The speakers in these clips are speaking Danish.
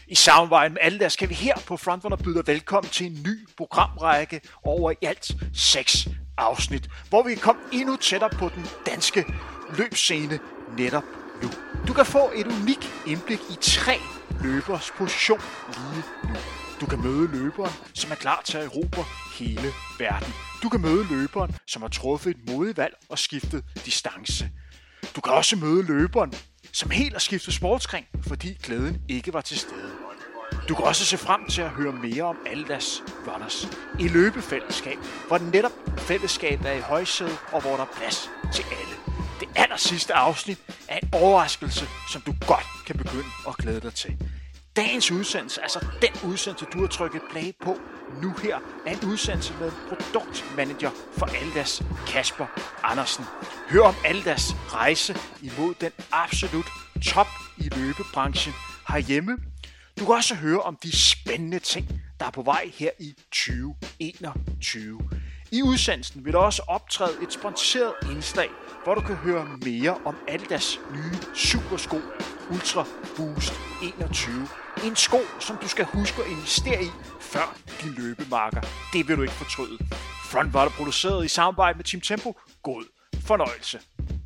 I samarbejde med alle skal vi her på Frontrunner byde dig velkommen til en ny programrække over i alt 6 afsnit, hvor vi kommer endnu tættere på den danske løbsscene netop nu. Du kan få et unikt indblik i 3 løbers position lige nu. Du kan møde løberen, som er klar til at erobre hele verden. Du kan møde løberen, som har truffet et modigt valg og skiftet distance. Du kan også møde løberen, som helt har skiftet sportsgren, fordi glæden ikke var til stede. Du kan også se frem til at høre mere om Adidas Runners i løbefællesskab, hvor netop fællesskabet er i højsædet og hvor der er plads til alle. Det aller sidste afsnit er en overraskelse, som du godt kan begynde at glæde dig til. Dagens udsendelse, altså den udsendelse, du har trykket play på nu her, er en udsendelse med produktmanager for Adidas, Kasper Andersen. Hør om Adidas rejse imod den absolut top i løbebranchen herhjemme. Du kan også høre om de spændende ting, der er på vej her i 2021. I udsendelsen vil der også optræde et sponsoreret indslag, hvor du kan høre mere om Adidas nye supersko Ultra Boost 21. En sko, som du skal huske at investere i, før din løbemarker. Det vil du ikke fortryde. Front var der produceret i samarbejde med Team Tempo. God fornøjelse.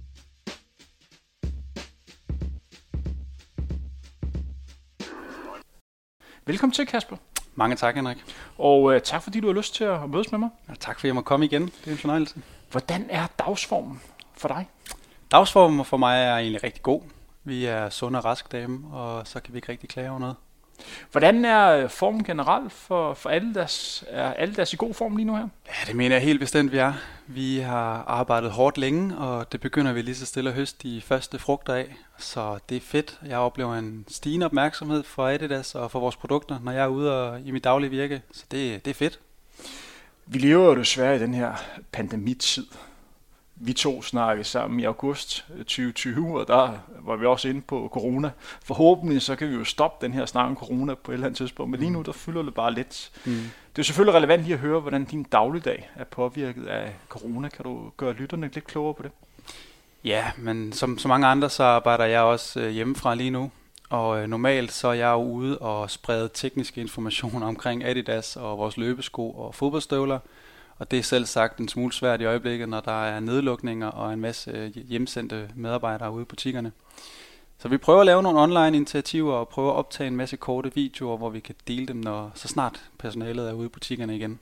Velkommen til, Kasper. Mange tak, Henrik. Og tak fordi du har lyst til at mødes med mig. Ja, tak fordi jeg må komme igen. Det er en fornøjelse. Hvordan er dagsformen for dig? Dagsformen for mig er egentlig rigtig god. Vi er sunde og raske dame, og så kan vi ikke rigtig klage over noget. Hvordan er formen generelt for Adidas? Er Adidas i god form lige nu her? Ja, det mener jeg helt bestemt, vi er. Vi har arbejdet hårdt længe, og det begynder vi lige så stille at høste de første frugter af. Så det er fedt. Jeg oplever en stigende opmærksomhed for Adidas og for vores produkter, når jeg er ude og i mit daglige virke. Så det er fedt. Vi lever jo desværre i den her pandemitid. Vi to snakkede sammen i august 2020, og der var vi også inde på corona. Forhåbentlig så kan vi jo stoppe den her snak om corona på et eller andet tidspunkt, men lige nu der fylder det bare lidt. Det er jo selvfølgelig relevant lige at høre, hvordan din dagligdag er påvirket af corona. Kan du gøre lytterne lidt klogere på det? Ja, men som så mange andre, så arbejder jeg også hjemmefra lige nu. Og normalt så er jeg jo ude og sprede tekniske informationer omkring Adidas og vores løbesko og fodboldstøvler. Og det er selv sagt en smule svært i øjeblikket, når der er nedlukninger og en masse hjemsendte medarbejdere ude i butikkerne. Så vi prøver at lave nogle online initiativer og prøver at optage en masse korte videoer, hvor vi kan dele dem, så snart personalet er ude i butikkerne igen.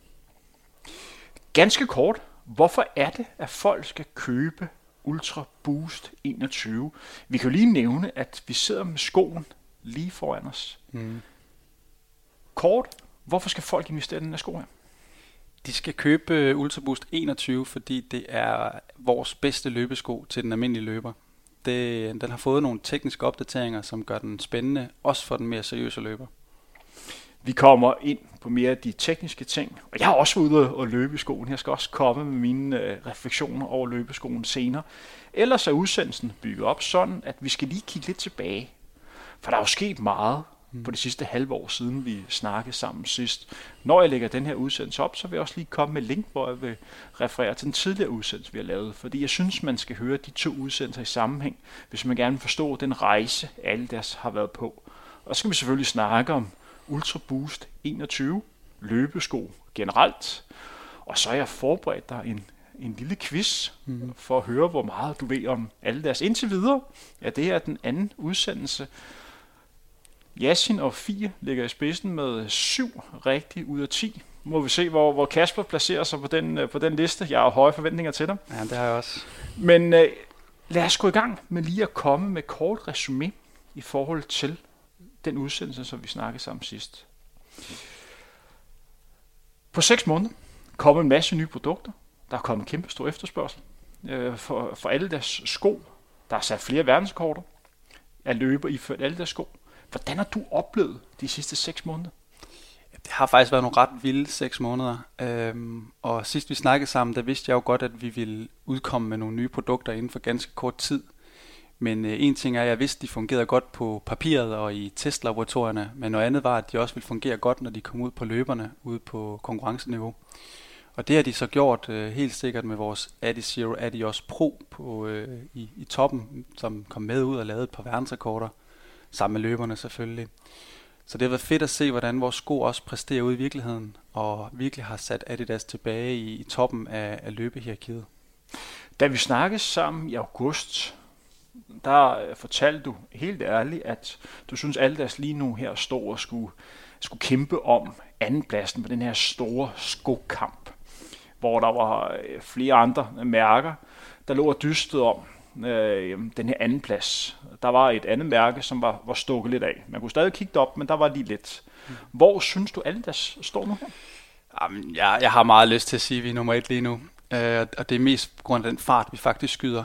Ganske kort, hvorfor er det, at folk skal købe Ultra Boost 21? Vi kan jo lige nævne, at vi sidder med skoen lige foran os. Kort, hvorfor skal folk investere i den her sko her? De skal købe Ultra Boost 21, fordi det er vores bedste løbesko til den almindelige løber. Den har fået nogle tekniske opdateringer, som gør den spændende, også for den mere seriøse løber. Vi kommer ind på mere af de tekniske ting, og jeg har også været ude og løbe i skoen. Jeg skal også komme med mine refleksioner over løbeskoen senere. Ellers er udsendelsen bygget op sådan, at vi skal lige kigge lidt tilbage. For der er jo sket meget på det sidste halve år siden, vi snakkede sammen sidst. Når jeg lægger den her udsendelse op, så vil jeg også lige komme med link, hvor jeg vil referere til den tidligere udsendelse, vi har lavet. Fordi jeg synes, man skal høre de 2 udsendelser i sammenhæng, hvis man gerne vil forstå den rejse, Adidas har været på. Og så skal vi selvfølgelig snakke om Ultra Boost 21, løbesko generelt. Og så har jeg forberedt dig en lille quiz for at høre, hvor meget du ved om Adidas indtil videre. Ja, det her er den anden udsendelse. Yasin og Fie ligger i spidsen med 7 rigtige ud af 10. Må vi se, hvor Kasper placerer sig på den liste. Jeg har høje forventninger til dig. Ja, det har jeg også. Men lad os gå i gang med lige at komme med kort resumé i forhold til den udsendelse, som vi snakkede sammen sidst. På 6 måneder kom en masse nye produkter. Der er kommet kæmpe stor efterspørgsel for Adidas sko. Der er sat flere verdensrekorder af løber iført Adidas sko. Hvordan har du oplevet de sidste 6 måneder? Det har faktisk været nogle ret vilde 6 måneder. Og sidst vi snakkede sammen, der vidste jeg jo godt, at vi ville udkomme med nogle nye produkter inden for ganske kort tid. Men en ting er, at jeg vidste, at de fungerede godt på papiret og i testlaboratorierne. Men noget andet var, at de også ville fungere godt, når de kom ud på løberne, ude på konkurrenceniveau. Og det har de så gjort helt sikkert med vores Adizero Adios Pro i toppen, som kom med ud og lavede et par verdensrekorder, sammen med løberne selvfølgelig. Så det har været fedt at se, hvordan vores sko også præsterer ude i virkeligheden, og virkelig har sat Adidas tilbage i toppen af løbehierarkiet. Da vi snakkede sammen i august, der fortalte du helt ærligt, at du synes, Adidas lige nu her står og skulle kæmpe om andenpladsen på den her store skokamp, hvor der var flere andre mærker, der lå og dystede om den her anden plads. Der var et andet mærke, som var stukket lidt af. Man kunne stadig kigge op, men der var lige lidt. Hvor synes du, Adidas står nu her? Jamen, jeg har meget lyst til at sige, at vi er nummer 1 lige nu. Og det er mest på grund af den fart, vi faktisk skyder.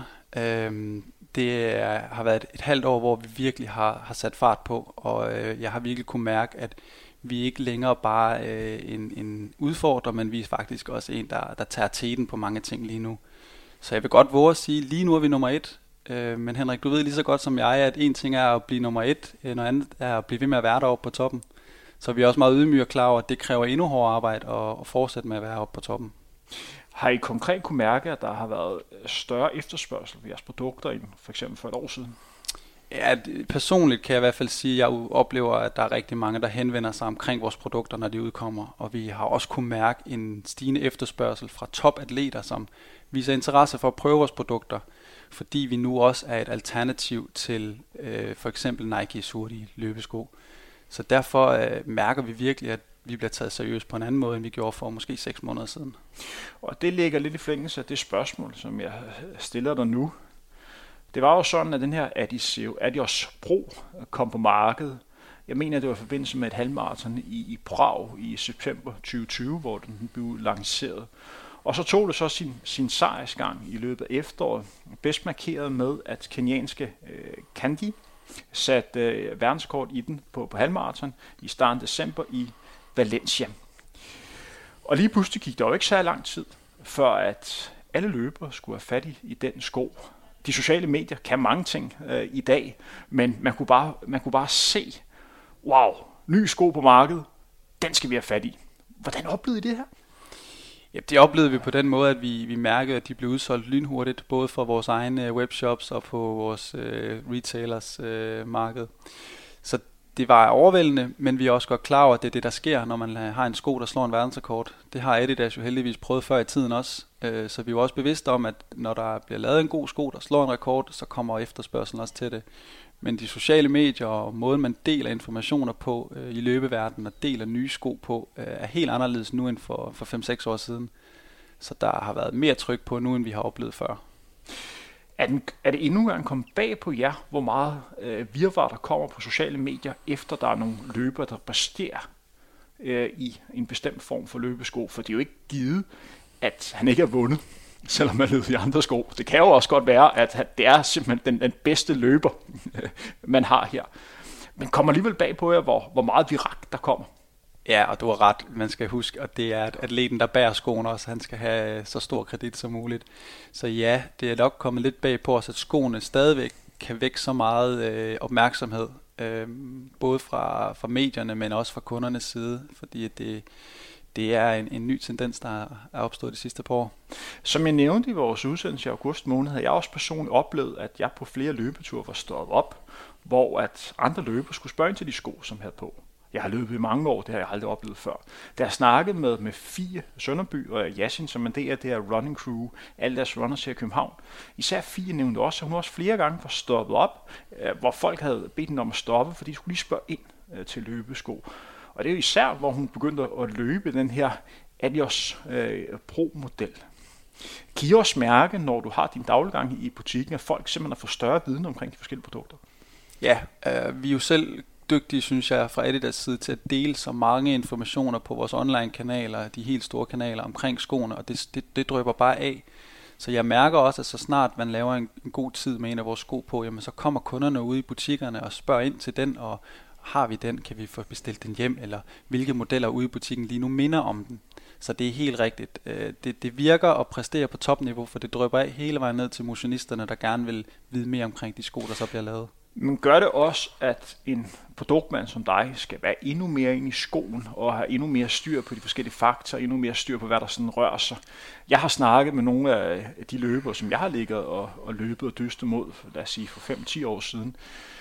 Det har været et halvt år, hvor vi virkelig har sat fart på, og jeg har virkelig kunne mærke, at vi ikke længere bare en udfordrer, men vi er faktisk også en, der tager teten på mange ting lige nu. Så jeg vil godt våge at sige, at lige nu er vi nummer 1. Men Henrik, du ved lige så godt som jeg, at en ting er at blive nummer 1, noget andet er at blive ved med at være deroppe på toppen. Så vi er også meget ydmyge og klar over, at det kræver endnu hårdere arbejde at fortsætte med at være oppe på toppen. Har I konkret kunne mærke, at der har været større efterspørgsel på jeres produkter end for eksempel for et år siden? Ja, personligt kan jeg i hvert fald sige, at jeg oplever, at der er rigtig mange, der henvender sig omkring vores produkter, når de udkommer. Og vi har også kunne mærke en stigende efterspørgsel fra topatleter, som viser interesse for at prøve vores produkter, fordi vi nu også er et alternativ til for eksempel Nike Surdi løbesko. Så derfor mærker vi virkelig, at vi bliver taget seriøst på en anden måde, end vi gjorde for måske 6 måneder siden. Og det ligger lidt i forlængelse af det spørgsmål, som jeg stiller dig nu. Det var jo sådan, at den her Adios Pro kom på markedet. Jeg mener, det var i forbindelse med et halvmarathon i Prag i september 2020, hvor den blev lanceret. Og så tog det så sin sejrsgang i løbet af efteråret, bedst markeret med, at kenyanske Kandi satte verdensrekord i den på halvmarathon i starten af december i Valencia. Og lige pludselig gik der jo ikke så lang tid, før at alle løbere skulle have fat i den sko. De sociale medier kan mange ting i dag, men man kunne bare se, wow, ny sko på markedet, den skal vi have fat i. Hvordan oplevede I det her? Ja, det oplevede vi på den måde, at vi mærkede, at de blev udsolgt lynhurtigt, både for vores egne webshops og på vores retailers marked. Så det var overvældende, men vi er også godt klar over, at det er det, der sker, når man har en sko, der slår en verdensrekord. Det har Adidas jo heldigvis prøvet før i tiden også. Så vi er jo også bevidste om, at når der bliver lavet en god sko, der slår en rekord, så kommer efterspørgselen også til det. Men de sociale medier og måden, man deler informationer på i løbeverdenen og deler nye sko på, er helt anderledes nu end for 5-6 år siden. Så der har været mere tryk på nu, end vi har oplevet før. Er det endnu engang kommet bag på jer, hvor meget virvar der kommer på sociale medier, efter der er nogle løbere, der præsterer i en bestemt form for løbesko? For det er jo ikke givet, at han ikke har vundet, selvom man løber i andre sko. Det kan jo også godt være, at det er simpelthen den bedste løber, man har her. Men kommer alligevel bag på jer, hvor meget virak der kommer. Ja, og du har ret. Man skal huske, at det er atleten, der bærer skoene også. Han skal have så stor kredit som muligt. Så ja, det er nok kommet lidt bag på os, at skoene stadigvæk kan vække så meget opmærksomhed. Både fra medierne, men også fra kundernes side. Fordi det er en ny tendens, der er opstået de sidste par år. Som jeg nævnte i vores udsendelse i august måned, havde jeg også personligt oplevet, at jeg på flere løbeture var stoppet op, hvor at andre løbere skulle spørge ind til de sko, som jeg havde på. Jeg har løbet i mange år, det har jeg aldrig oplevet før. Da jeg snakkede med Fie Sønderby og Yasin, som en del af det her running crew, alle deres runners her i København, især Fie nævnte også, at hun også flere gange var stoppet op, hvor folk havde bedt hende om at stoppe, fordi de skulle lige spørge ind til løbesko. Og det er jo især, hvor hun begyndte at løbe den her Adios Pro-model. Kan I også mærke, når du har din dagliggang i butikken, at folk simpelthen får større viden omkring de forskellige produkter? Ja, vi er jo selv dygtige, synes jeg, fra Adidas side til at dele så mange informationer på vores online-kanaler, de helt store kanaler omkring skoene, og det drypper bare af. Så jeg mærker også, at så snart man laver en god tid med en af vores sko på, jamen så kommer kunderne ude i butikkerne og spørger ind til den, og har vi den, kan vi få bestilt den hjem, eller hvilke modeller ude i butikken lige nu minder om den. Så det er helt rigtigt. Det virker at præstere på topniveau, for det drypper af hele vejen ned til motionisterne, der gerne vil vide mere omkring de sko, der så bliver lavet. Men gør det også, at en produktmand som dig skal være endnu mere inde i skoen og have endnu mere styr på de forskellige faktorer, endnu mere styr på, hvad der sådan rører sig. Jeg har snakket med nogle af de løbere, som jeg har ligget og løbet og dystet mod, lad os sige for 5-10 år siden.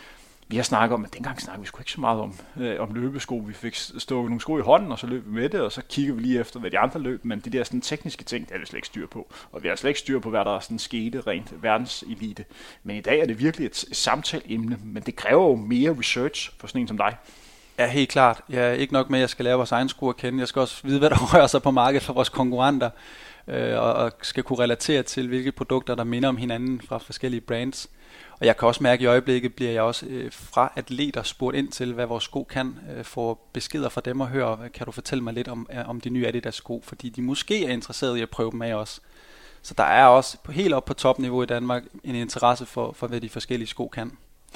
Vi har snakket om, at dengang snakkede vi sgu ikke så meget om løbesko. Vi fik stukket nogle sko i hånden, og så løb vi med det, og så kigger vi lige efter, hvad de andre løb. Men de der sådan tekniske ting, det er vi slet ikke styr på. Og vi har slet ikke styr på, hvad der sådan skete rent verdenselite. Men i dag er det virkelig et samtaleemne, men det kræver jo mere research for sådan en som dig. Ja, helt klart. Jeg er ikke nok med, at jeg skal lære vores egen sko at kende. Jeg skal også vide, hvad der rører sig på markedet for vores konkurrenter, og skal kunne relatere til, hvilke produkter, der minder om hinanden fra forskellige brands. Og jeg kan også mærke, at i øjeblikket bliver jeg også fra atleter spurgt ind til, hvad vores sko kan, få beskeder fra dem og høre, kan du fortælle mig lidt om de nye Adidas sko, fordi de måske er interesserede i at prøve dem af os. Så der er også helt op på topniveau i Danmark en interesse for hvad de forskellige sko kan.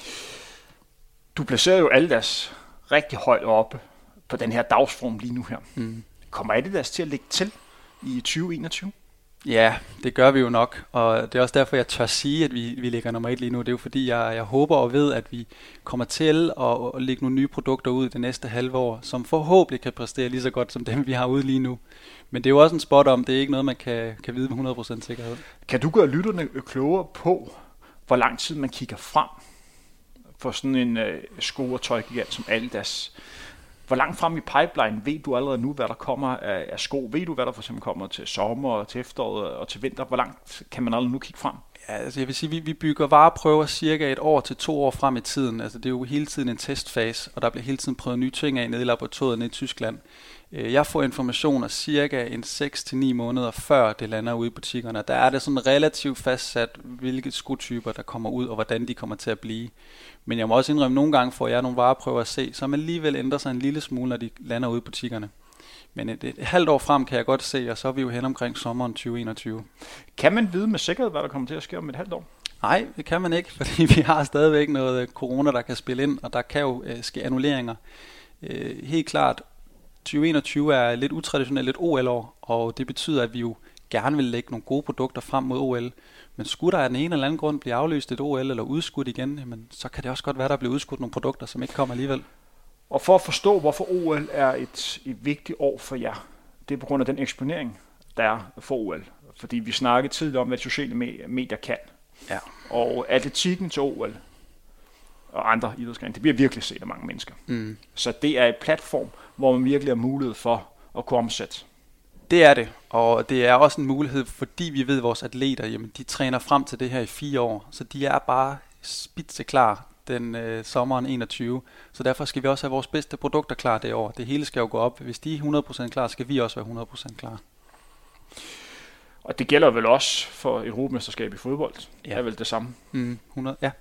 Du placerer jo Adidas rigtig højt oppe på den her dagsform lige nu her. Kommer Adidas til at lægge til i 2021? Ja, det gør vi jo nok, og det er også derfor, jeg tør sige, at vi ligger nummer 1 lige nu. Det er jo fordi, jeg håber og ved, at vi kommer til at lægge nogle nye produkter ud i det næste halve år, som forhåbentlig kan præstere lige så godt som dem, vi har ude lige nu. Men det er jo også en spot om, det er ikke noget, man kan vide med 100% sikkerhed. Kan du gøre lytterne klogere på, hvor lang tid man kigger frem for sådan en sko- og tøjgigant som Adidas? Hvor langt frem i pipeline ved du allerede nu, hvad der kommer af sko? Ved du, hvad der for eksempel kommer til sommer, til efteråret og til vinter? Hvor langt kan man allerede nu kigge frem? Ja, altså jeg vil sige, vi bygger vareprøver cirka 1 år til 2 år frem i tiden. Altså det er jo hele tiden en testfase, og der bliver hele tiden prøvet nye ting af nede i laboratoriet nede i Tyskland. Jeg får informationer cirka 6-9 måneder før det lander ude i butikkerne. Der er det sådan relativt fastsat, hvilke skotyper der kommer ud, og hvordan de kommer til at blive. Men jeg må også indrømme, at nogle gange får jeg nogle vareprøver at se, som alligevel ændrer sig en lille smule, når de lander ude i butikkerne. Men et halvt år frem kan jeg godt se, og så er vi jo hen omkring sommeren 2021. Kan man vide med sikkerhed, hvad der kommer til at ske om et halvt år? Nej, det kan man ikke, fordi vi har stadigvæk noget corona, der kan spille ind, og der kan jo ske annulleringer. Helt klart, 2021 er lidt utraditionelt et OL-år, og det betyder, at vi jo gerne vil lægge nogle gode produkter frem mod OL. Men skulle der af den ene eller anden grund blive aflyst et OL eller udskudt igen, jamen, så kan det også godt være, der bliver udskudt nogle produkter, som ikke kommer alligevel. Og for at forstå, hvorfor OL er et vigtigt år for jer, det er på grund af den eksponering, der er for OL. Fordi vi snakkede tidligere om, hvad sociale medier kan. Ja. Og atletikken til OL og andre idrætsgrene, det bliver virkelig set af mange mennesker. Så det er et platform, hvor man virkelig har mulighed for at kunne omsætte. Det er det, og det er også en mulighed, fordi vi ved, at vores atleter, jamen, de træner frem til det her i 4 år, så de er bare spidseklar den sommeren 21. Så derfor skal vi også have vores bedste produkter klar det år. Det hele skal jo gå op. Hvis de er 100% klar, skal vi også være 100% klar. Og det gælder vel også for et europamesterskab i fodbold. Ja. Det er vel det samme. 100, ja.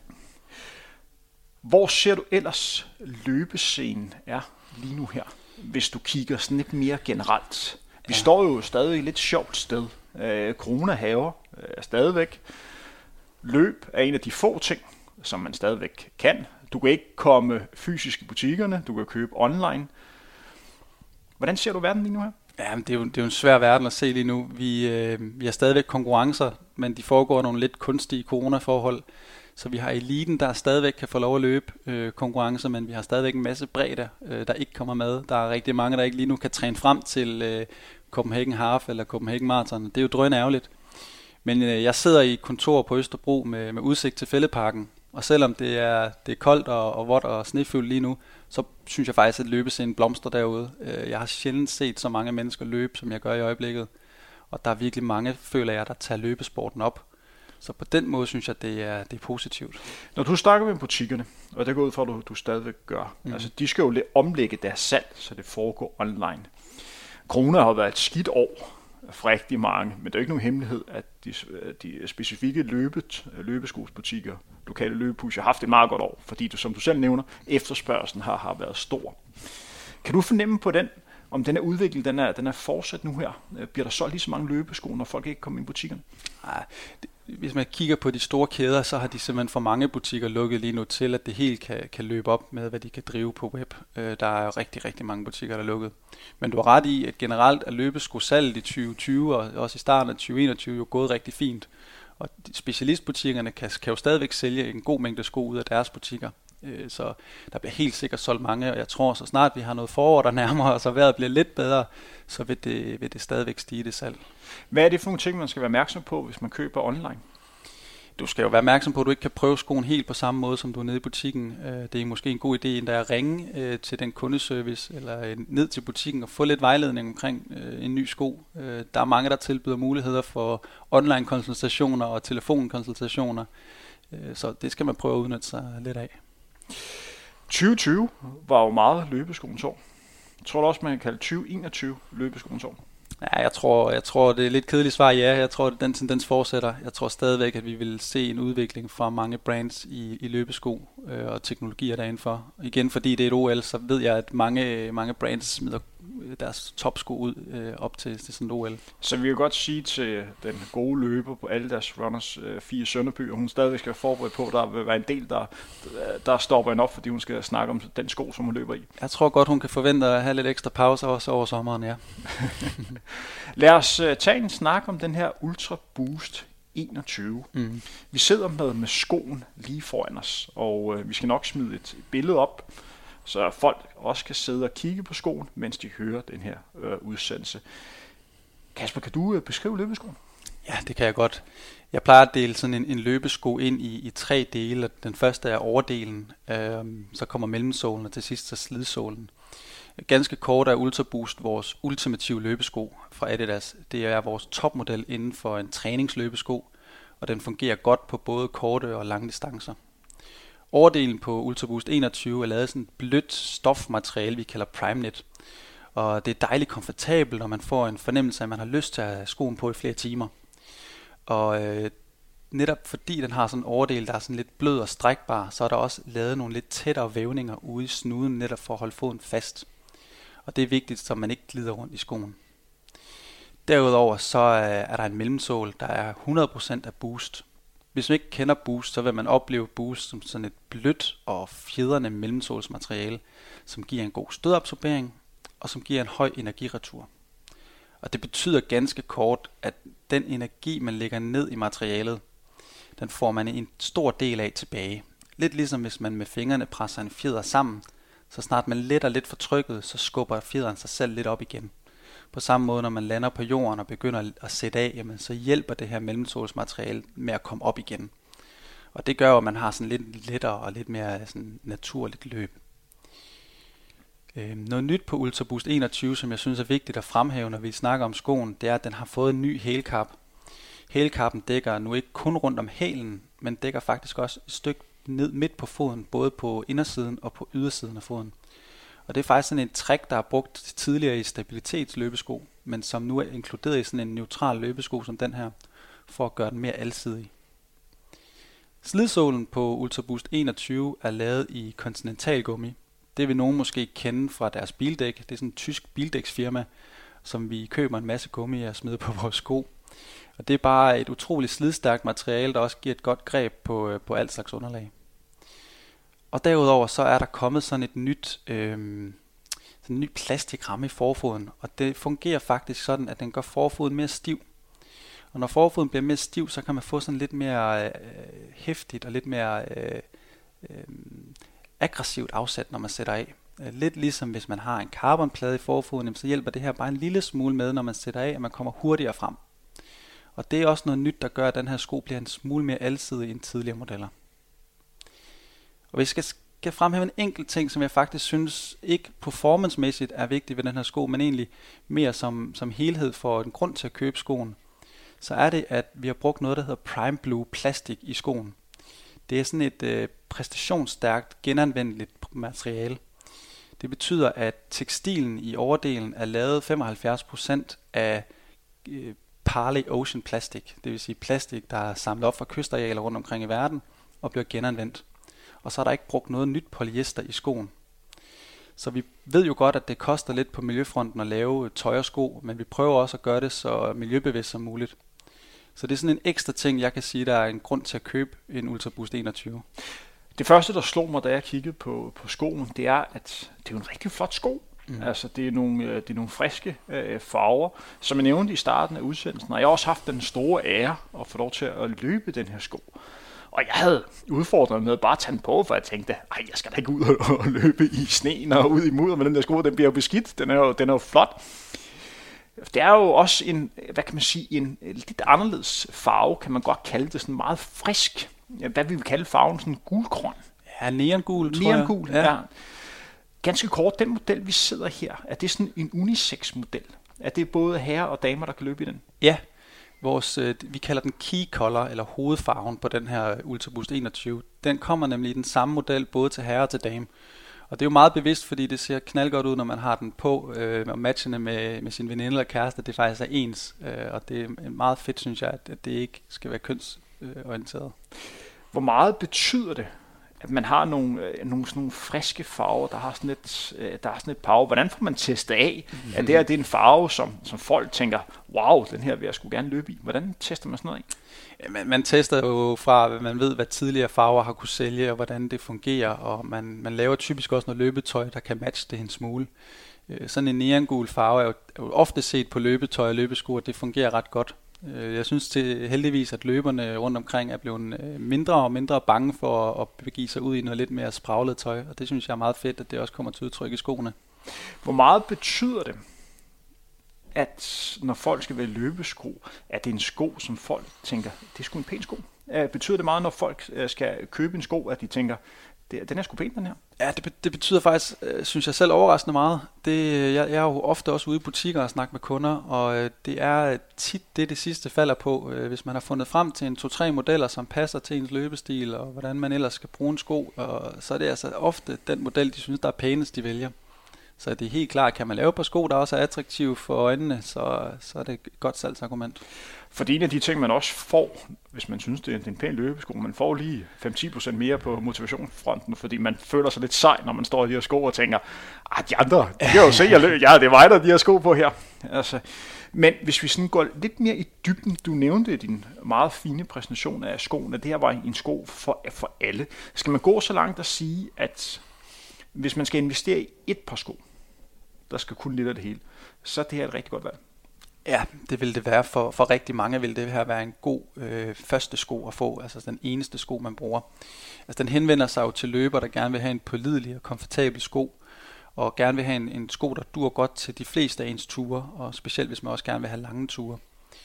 Hvor ser du ellers løbescenen er lige nu her, hvis du kigger sådan lidt mere generelt? Vi står jo stadig i et lidt sjovt sted. Corona-haver er stadigvæk. Løb er en af de få ting, som man stadigvæk kan. Du kan ikke komme fysisk i butikkerne, du kan købe online. Hvordan ser du verden lige nu her? Ja, det er jo en svær verden at se lige nu. Vi har stadigvæk konkurrencer, men de foregår nogle lidt kunstige coronaforhold. Så vi har eliten, der stadigvæk kan få lov at løbe konkurrencer, men vi har stadigvæk en masse bredde, der ikke kommer med. Der er rigtig mange, der ikke lige nu kan træne frem til Copenhagen Half eller Copenhagen Marathon. Det er jo drønne ærgerligt. Men jeg sidder i et kontor på Østerbro med udsigt til Fælledparken, og selvom det er koldt og vådt og snefyldt lige nu, så synes jeg faktisk, at løbescenen blomster derude. Jeg har sjældent set så mange mennesker løbe, som jeg gør i øjeblikket. Og der er virkelig mange, føler jeg, der tager løbesporten op. Så på den måde synes jeg, det er positivt. Når du snakker med butikkerne, og det går ud fra, at du stadigvæk gør, altså de skal jo omlægge deres salg, så det foregår online. Corona har været et skidt år for rigtig mange, men det er ikke nogen hemmelighed, at de specifikke løbeskosbutikker, lokale løbepusher, har haft et meget godt år, fordi du, som du selv nævner, efterspørgselen har været stor. Kan du fornemme på den, om den her udvikling, den er fortsat nu her? Bliver der solgt lige så mange løbesko, når folk ikke kommer ind i butikkerne? Nej, hvis man kigger på de store kæder, så har de simpelthen for mange butikker lukket lige nu til, at det helt kan løbe op med, hvad de kan drive på web. Der er jo rigtig, rigtig mange butikker, der er lukket. Men du har ret i, at generelt er løbeskosalget i 2020 og også i starten af 2021 jo gået rigtig fint. Og specialistbutikkerne kan jo stadigvæk sælge en god mængde sko ud af deres butikker. Så der bliver helt sikkert solgt mange, og jeg tror, så snart vi har noget forår, der nærmer os, og vejret bliver lidt bedre, så vil det stadigvæk stige det salg. Hvad er det for nogle ting, man skal være opmærksom på, hvis man køber online? Du skal jo være opmærksom på, at du ikke kan prøve skoen helt på samme måde, som du er nede i butikken. Det er måske en god idé, endda at ringe til den kundeservice, eller ned til butikken og få lidt vejledning omkring en ny sko. Der er mange, der tilbyder muligheder for online-konsultationer og telefonkonsultationer, så det skal man prøve at udnytte sig lidt af. 2020 var jo meget løbeskoens år. Jeg tror også, man kan kalde 2021 løbeskoens år. Ja, jeg tror, det er lidt kedeligt svar, ja. Jeg tror, at den tendens fortsætter. Jeg tror stadigvæk, at vi vil se en udvikling fra mange brands i løbesko og teknologier derindenfor. Igen, fordi det er et OL, så ved jeg, at mange brands smider deres topsko ud op til sådan et OL. Så vi kan godt sige til den gode løber på alle deres runners 4 Sønderby, og hun stadigvæk skal forberede på, at der vil være en del, der stopper hende op, fordi hun skal snakke om den sko, som hun løber i. Jeg tror godt, hun kan forvente at have lidt ekstra pause også over sommeren, ja. Lad os tage en snak om den her Ultra Boost 21. Vi sidder med skoen lige foran os, og vi skal nok smide et billede op, så folk også kan sidde og kigge på skoen, mens de hører den her udsendelse. Kasper, kan du beskrive løbeskoen? Ja, det kan jeg godt. Jeg plejer at dele sådan en løbesko ind i 3 dele. Den første er overdelen, så kommer mellemsålen, og til sidst så slidsålen. Ganske kort er Ultra Boost vores ultimative løbesko fra Adidas. Det er vores topmodel inden for en træningsløbesko, og den fungerer godt på både korte og lange distancer. Overdelen på Ultra Boost 21 er lavet sådan et blødt stofmateriale, vi kalder PrimeNet. Og det er dejligt komfortabelt, når man får en fornemmelse af, at man har lyst til at have skoen på i flere timer. Og netop fordi den har sådan en overdel, der er sådan lidt blød og strækbar, så er der også lavet nogle lidt tættere vævninger ude i snuden, netop for at holde foden fast. Og det er vigtigt, så man ikke glider rundt i skoen. Derudover så er der en mellemsål, der er 100% af Boost. Hvis man ikke kender Boost, så vil man opleve Boost som sådan et blødt og fjedrende mellemsålsmateriale, som giver en god stødabsorbering og som giver en høj energiretur. Og det betyder ganske kort, at den energi, man lægger ned i materialet, den får man en stor del af tilbage. Lidt ligesom hvis man med fingrene presser en fjeder sammen, så snart man letter lidt for trykket, så skubber fjederen sig selv lidt op igen. På samme måde, når man lander på jorden og begynder at sætte af, jamen, så hjælper det her mellemsålsmateriale med at komme op igen. Og det gør jo, at man har sådan lidt lettere og lidt mere sådan naturligt løb. Noget nyt på Ultra Boost 21, som jeg synes er vigtigt at fremhæve, når vi snakker om skoen, det er, at den har fået en ny hælkap. Hælkappen dækker nu ikke kun rundt om hælen, men dækker faktisk også et stykke ned midt på foden, både på indersiden og på ydersiden af foden. Og det er faktisk sådan en trick, der er brugt tidligere i stabilitetsløbesko, men som nu er inkluderet i sådan en neutral løbesko som den her, for at gøre den mere alsidig. Slidsålen på Ultra Boost 21 er lavet i kontinentalgummi. Det vil nogen måske kende fra deres bildæk. Det er sådan et tysk bildæksfirma, som vi køber en masse gummi og smider på vores sko. Og det er bare et utroligt slidstærkt materiale, der også giver et godt greb på alt slags underlag. Og derudover så er der kommet sådan et nyt sådan en ny plastikramme i forfoden, og det fungerer faktisk sådan, at den gør forfoden mere stiv. Og når forfoden bliver mere stiv, så kan man få sådan lidt mere hæftigt og lidt mere aggressivt afsat, når man sætter af. Lidt ligesom hvis man har en carbonplade i forfoden, så hjælper det her bare en lille smule med, når man sætter af, at man kommer hurtigere frem. Og det er også noget nyt, der gør, at den her sko bliver en smule mere alsidig end tidligere modeller. Og hvis jeg skal fremhæve en enkelt ting, som jeg faktisk synes ikke performancemæssigt er vigtig ved den her sko, men egentlig mere som helhed for en grund til at købe skoen, så er det, at vi har brugt noget, der hedder Prime Blue plastik i skoen. Det er sådan et præstationsstærkt, genanvendeligt materiale. Det betyder, at tekstilen i overdelen er lavet 75% af Parley Ocean Plastic. Det vil sige plastik, der er samlet op fra kystarealer rundt omkring i verden og bliver genanvendt. Og så er der ikke brugt noget nyt polyester i skoen. Så vi ved jo godt, at det koster lidt på miljøfronten at lave tøj og sko, men vi prøver også at gøre det så miljøbevidst som muligt. Så det er sådan en ekstra ting, jeg kan sige, der er en grund til at købe en Ultra Boost 21. Det første, der slog mig, da jeg kiggede på skoen, det er, at det er en rigtig flot sko. Altså, det er nogle friske farver, som jeg nævnte i starten af udsendelsen. Og jeg har også haft den store ære at få lov til at løbe den her sko. Og jeg havde udfordret med at bare tage den på, for jeg tænkte, jeg skal da ikke ud og løbe i sneen og ud i mudder med den der sko. Den bliver jo beskidt. Den er jo flot. Det er jo også en, hvad kan man sige, en lidt anderledes farve, kan man godt kalde det, sådan meget frisk. Hvad vi vil kalde farven, sådan gulgrøn. Ja, neongul, tror jeg. Neongul, ja. Ganske kort, den model, vi sidder her, er det sådan en unisex-model? Er det både herrer og damer, der kan løbe i den? Ja, vi kalder den key color, eller hovedfarven på den her Ultraboost 21. Den kommer nemlig i den samme model, både til herre og til dame. Og det er jo meget bevidst, fordi det ser knaldgodt ud, når man har den på, og matchende med sin veninde eller kæreste, det faktisk er ens. Og det er meget fedt, synes jeg, at det ikke skal være kønsorienteret. Hvor meget betyder det, at man har nogle friske farver, der har sådan et power? Hvordan får man testet af, at det er en farve, som folk tænker, wow, den her vil jeg sgu gerne løbe i? Hvordan tester man sådan noget af? Ja, man tester jo fra, at man ved, hvad tidligere farver har kunne sælge, og hvordan det fungerer, og man laver typisk også noget løbetøj, der kan matche det en smule. Sådan en neongul farve er jo ofte set på løbetøj og løbesko, og det fungerer ret godt. Jeg synes heldigvis, at løberne rundt omkring er blevet mindre og mindre bange for at begive sig ud i noget lidt mere spraglet tøj, og det synes jeg er meget fedt, at det også kommer til udtryk i skoene. Hvor meget betyder det, at når folk skal vælge løbesko, at det er en sko, som folk tænker, det er sgu en pæn sko? Betyder det meget, når folk skal købe en sko, at de tænker, den er sgu pæn, den her? Ja, det betyder faktisk, synes jeg selv, overraskende meget. Jeg er jo ofte også ude i butikker og snakker med kunder, og det er tit det sidste falder på. Hvis man har fundet frem til en 2-3 modeller, som passer til ens løbestil, og hvordan man ellers skal bruge en sko, og så er det altså ofte den model, de synes, der er pænest, de vælger. Så det er helt klart, kan man lave et par sko, der også er attraktive for øjnene, så er det et godt salgsargument. For en af de ting, man også får, hvis man synes, det er en pæn løbesko, man får lige 5-10% mere på motivationsfronten, fordi man føler sig lidt sej, når man står i de her sko og tænker, de andre, de kan jo se, det er mig, der de her sko på her. Altså, men hvis vi sådan går lidt mere i dybden, du nævnte i din meget fine præsentation af skoene, det her var en sko for alle. Skal man gå så langt at sige, at hvis man skal investere i et par sko, der skal kunne lidt af det hele, så er det her et rigtig godt valg? Ja, det vil det være. For rigtig mange vil det her være en god første sko at få, altså den eneste sko, man bruger. Altså den henvender sig jo til løbere, der gerne vil have en pålidelig og komfortabel sko, og gerne vil have en sko, der dur godt til de fleste af ens ture, og specielt hvis man også gerne vil have lange ture.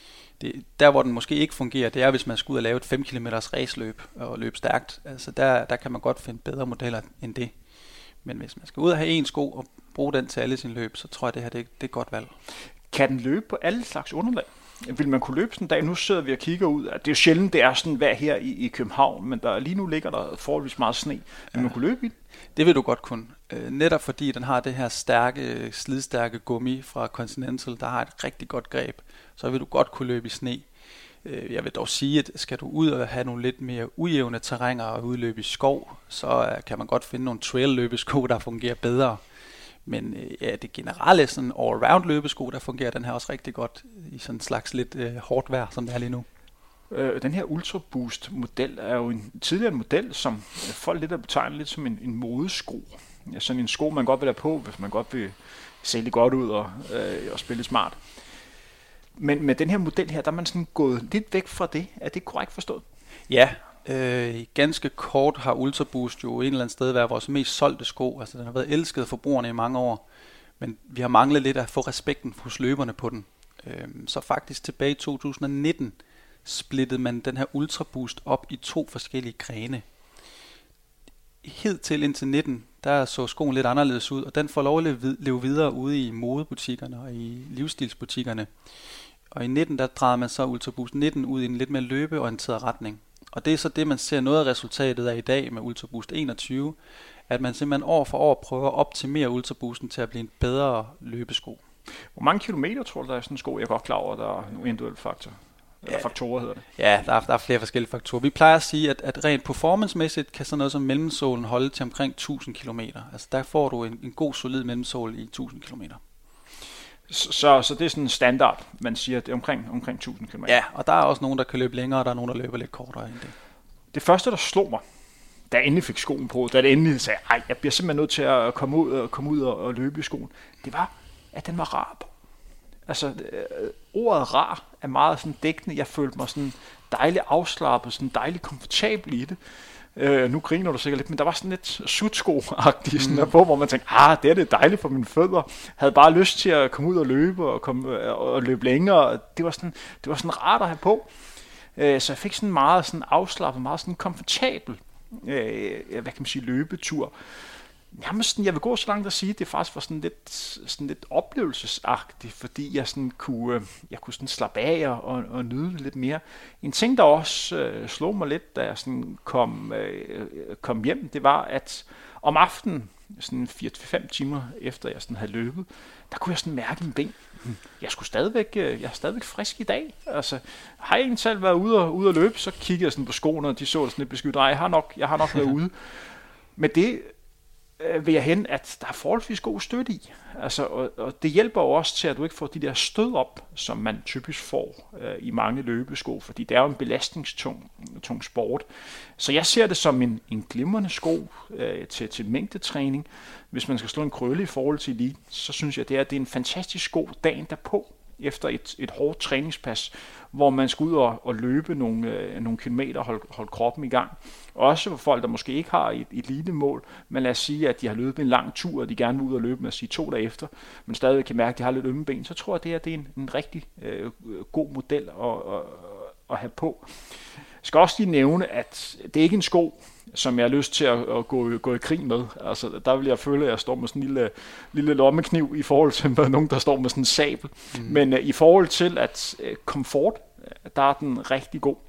Der hvor den måske ikke fungerer, det er hvis man skal ud og lave et 5 km raceløb og løbe stærkt. Altså der kan man godt finde bedre modeller end det. Men hvis man skal ud og have en sko og bruge den til alle sine løb, så tror jeg, det her det er et godt valg. Kan den løbe på alle slags underlag? Vil man kunne løbe sådan en dag? Nu sidder vi og kigger ud. Det er jo sjældent, det er sådan vejr her i København, men lige nu ligger der forholdsvis meget sne. Vil man kunne løbe i den? Det vil du godt kunne. Netop fordi den har det her slidstærke gummi fra Continental, der har et rigtig godt greb, så vil du godt kunne løbe i sne. Jeg vil dog sige, at skal du ud og have nogle lidt mere ujævne terrænger og udløbe i skov, så kan man godt finde nogle trail-løbesko, der fungerer bedre. Men det generelle sådan all-round løbesko, der fungerer den her også rigtig godt i sådan en slags lidt hårdt vejr, som det er lige nu. Den her Ultraboost model er jo en tidligere model, som folk lidt har betegnet lidt som en modesko. Ja, sådan en sko, man godt vil have på, hvis man godt vil se lidt godt ud og spille smart. Men med den her model her, der er man sådan gået lidt væk fra det. Er det korrekt forstået? Ja, ganske kort har Ultraboost jo en eller anden sted været vores mest solgte sko. Altså den har været elsket af forbrugerne i mange år. Men vi har manglet lidt at få respekten hos løberne på den. Så faktisk tilbage i 2019 splittede man den her Ultraboost op i 2 forskellige grene. Hidtil indtil 19, der så skoen lidt anderledes ud, og den får lov at leve videre ude i modebutikkerne og i livsstilsbutikkerne. Og i 19, der drejede man så Ultraboost 19 ud i en lidt mere løbeorienteret retning. Og det er så det, man ser noget af resultatet af i dag med Ultraboost 21, at man simpelthen år for år prøver at optimere Ultraboosten til at blive en bedre løbesko. Hvor mange kilometer tror du, der er sådan en sko? Jeg er godt klar over, at der er nogle individuelle faktorer hedder det. Ja, der er flere forskellige faktorer. Vi plejer at sige, at rent performancemæssigt kan sådan noget som mellemsålen holde til omkring 1000 km. Altså der får du en god solid mellemsål i 1000 km. Så det er sådan en standard, man siger, det er omkring 1000 km. Ja, og der er også nogen, der kan løbe længere, og der er nogen, der løber lidt kortere end det. Det første, der slog mig, da jeg endelig fik skoen på, da det endelig sagde, jeg bliver simpelthen nødt til at komme ud og løbe i skoen, det var, at den var rar på. Altså, ordet rar er meget sådan dækkende. Jeg følte mig sådan dejligt afslappet, sådan dejligt komfortabel i det. Nu griner du sikkert lidt, men der var sådan lidt sutsko-agtigt sådan der på, hvor man tænkte, det er det dejligt for mine fødder. Havde bare lyst til at komme ud og løbe og løbe længere. Det var sådan rart at have på. Så jeg fik sådan meget sådan afslappet, meget sådan komfortabel, løbetur. Jamen sådan, jeg vil gå så langt at sige, at det faktisk var sådan lidt oplevelsesagtigt, fordi jeg sådan kunne sådan slappe af og nyde det lidt mere. En ting, der også slog mig lidt, da jeg sådan kom hjem, det var, at om aftenen, sådan 4-5 timer efter jeg sådan havde løbet, der kunne jeg sådan mærke min ben. Jeg er stadigvæk frisk i dag. Altså, har jeg egentlig selv været ude at løbe, så kiggede jeg sådan på skoene, og de så sådan lidt beskyttet. Nej, jeg har nok været ude. Men det vil jeg hen, at der er forholdsvis god støtte i. Altså, og det hjælper jo også til, at du ikke får de der stød op, som man typisk får i mange løbesko, fordi det er jo en belastningstung sport. Så jeg ser det som en glimrende sko til mængdetræning. Hvis man skal slå en krølle i forhold til elite, så synes jeg, det er en fantastisk sko dagen derpå, efter et hårdt træningspas, hvor man skal ud og løbe nogle kilometer og holde kroppen i gang. Også for folk, der måske ikke har et elitemål, men lad os sige, at de har løbet en lang tur, og de gerne vil ud og løbe med at sige 2 dage efter, men stadig kan mærke, at de har lidt ømme ben, så tror jeg, det er en rigtig god model at have på. Jeg skal også lige nævne, at det er ikke en sko, som jeg har lyst til at gå i krig med. Altså, der vil jeg føle, at jeg står med sådan en lille lommekniv i forhold til nogen, der står med sådan en sabel. Men i forhold til at komfort, der er den rigtig god.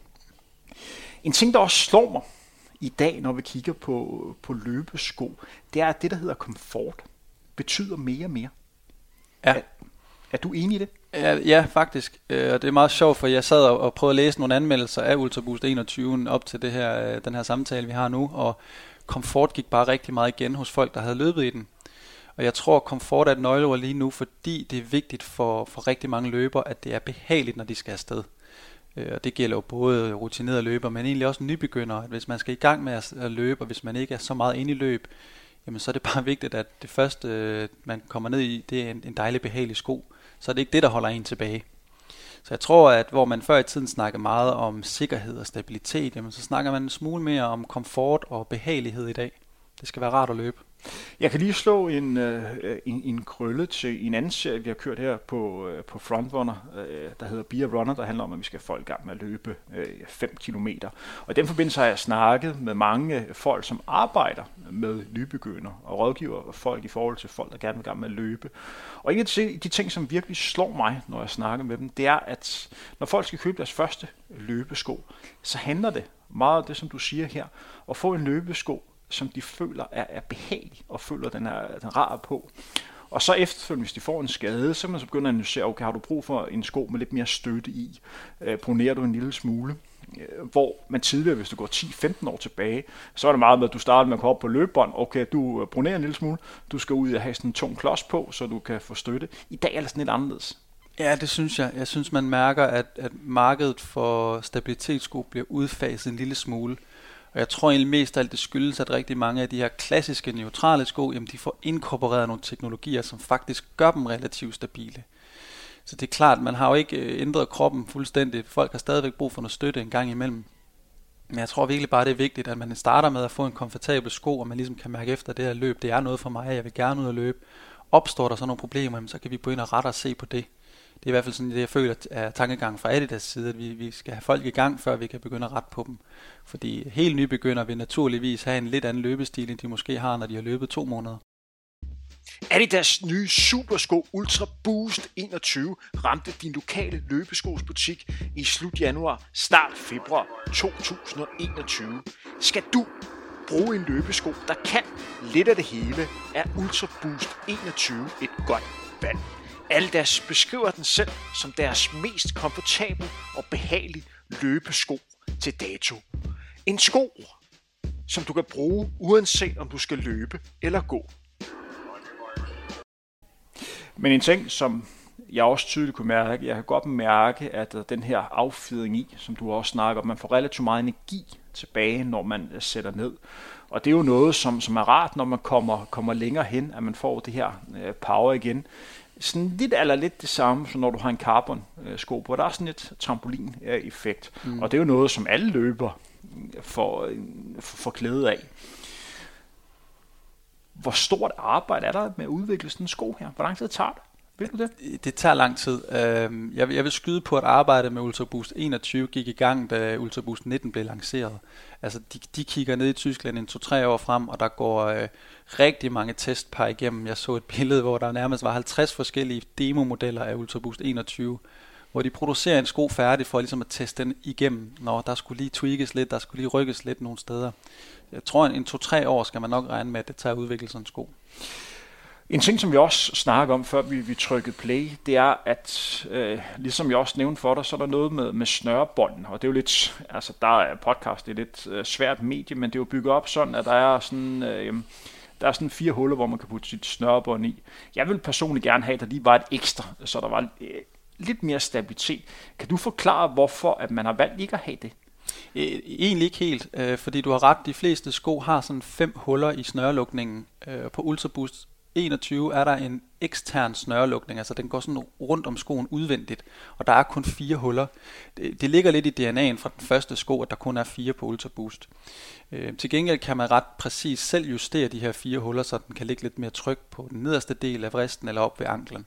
En ting, der også slår mig i dag, når vi kigger på løbesko, det er, at det, der hedder komfort, betyder mere og mere. Ja. Er du enig i det? Ja, faktisk. Og det er meget sjovt, for jeg sad og prøvede at læse nogle anmeldelser af Ultraboost 21 op til den her samtale, vi har nu, og komfort gik bare rigtig meget igen hos folk, der havde løbet i den. Og jeg tror, at komfort er et nøgleord lige nu, fordi det er vigtigt for rigtig mange løbere, at det er behageligt, når de skal afsted. Og det gælder jo både rutinerede løbere, men egentlig også nybegyndere. At hvis man skal i gang med at løbe, og hvis man ikke er så meget inde i løb, jamen så er det bare vigtigt, at det første, man kommer ned i, det er en dejlig, behagelig sko. Så er det ikke det, der holder en tilbage. Så jeg tror, at hvor man før i tiden snakkede meget om sikkerhed og stabilitet, jamen så snakker man en smule mere om komfort og behagelighed i dag. Det skal være rart at løbe. Jeg kan lige slå en krølle til en anden serie, vi har kørt her på Frontrunner, der hedder Be a Runner, der handler om, at vi skal få folk i gang med at løbe 5 kilometer. Og i den forbindelse har jeg snakket med mange folk, som arbejder med nybegyndere og rådgiver folk i forhold til folk, der gerne vil i gang med at løbe. Og en af de ting, som virkelig slår mig, når jeg snakker med dem, det er, at når folk skal købe deres første løbesko, så handler det meget om det, som du siger her, at få en løbesko, som de føler er behagelig, og føler, den er rar på. Og så efterfølgende, hvis de får en skade, så kan man så begynde at analysere, okay, har du brug for en sko med lidt mere støtte i? Pronerer du en lille smule? Hvor man tidligere, hvis du går 10-15 år tilbage, så er det meget med, at du starter med at komme op på løbebånd. Okay, du pronerer en lille smule. Du skal ud og have sådan en tung klods på, så du kan få støtte. I dag er det sådan lidt anderledes. Ja, det synes jeg. Jeg synes, man mærker, at markedet for stabilitetssko bliver udfaset en lille smule. Og jeg tror egentlig mest af alt, det skyldes, at rigtig mange af de her klassiske neutrale sko, jamen de får inkorporeret nogle teknologier, som faktisk gør dem relativt stabile. Så det er klart, man har jo ikke ændret kroppen fuldstændigt. Folk har stadigvæk brug for noget støtte en gang imellem. Men jeg tror virkelig bare, det er vigtigt, at man starter med at få en komfortabel sko, og man ligesom kan mærke efter det her løb. Det er noget for mig, jeg vil gerne ud og løbe. Opstår der så nogle problemer, jamen, så kan vi gå ind og rette og se på det. Det er i hvert fald sådan, det jeg føler er tankegangen fra Adidas side, at vi skal have folk i gang, før vi kan begynde at rette på dem. Fordi helt nybegyndere vil naturligvis have en lidt anden løbestil, end de måske har, når de har løbet 2 måneder. Adidas nye supersko Ultra Boost 21 ramte din lokale løbeskosbutik i slut januar, start februar 2021. Skal du bruge en løbesko, der kan lidt af det hele, er Ultra Boost 21 et godt valg. Adidas beskriver den selv som deres mest komfortable og behagelige løbesko til dato. En sko, som du kan bruge uanset om du skal løbe eller gå. Men en ting, som jeg også tydeligt kunne mærke, jeg kan godt mærke, at den her affjedring i, som du også snakker om, man får relativt meget energi tilbage, når man sætter ned. Og det er jo noget, som er rart, når man kommer længere hen, at man får det her power igen. Sådan lidt det samme, som når du har en carbon sko på. Der er sådan et trampolin-effekt. Og det er jo noget, som alle løber får glæde af. Hvor stort arbejde er der med at udvikle sådan en sko her? Hvor lang tid tager det? Ved du det? Det tager lang tid. Jeg vil skyde på, at arbejdet med Ultraboost 21 gik i gang, da Ultraboost 19 blev lanceret. Altså, de kigger ned i Tyskland 2-3 år frem, og der går rigtig mange testpar igennem. Jeg så et billede, hvor der nærmest var 50 forskellige demomodeller af Ultraboost 21, hvor de producerer en sko færdig for ligesom at teste den igennem, når der skulle lige tweakes lidt, der skulle lige rykkes lidt nogle steder. Jeg tror, en 2-3 år skal man nok regne med, at det tager at udvikle sådan en sko. En ting, som vi også snakker om, før vi trykkede play, det er, at ligesom jeg også nævnte for dig, så er der noget med snørebånd, og det er jo lidt, altså der er podcast, det er lidt svært medie, men det er jo bygget op sådan, at der er sådan 4 huller, hvor man kan putte sit snørebånd i. Jeg vil personligt gerne have, at der lige var et ekstra, så der var lidt mere stabilitet. Kan du forklare, hvorfor at man har valgt ikke at have det? Egentlig ikke helt, fordi du har ret, de fleste sko har sådan 5 huller i snørelukningen. På Ultraboost 21 er der en ekstern snørelukning, altså den går sådan rundt om skoen udvendigt, og der er kun 4 huller. Det ligger lidt i DNA'en fra den første sko, at der kun er 4 på Ultraboost. Til gengæld kan man ret præcis selv justere de her 4 huller, så den kan ligge lidt mere tryk på den nederste del af vristen eller op ved anklen.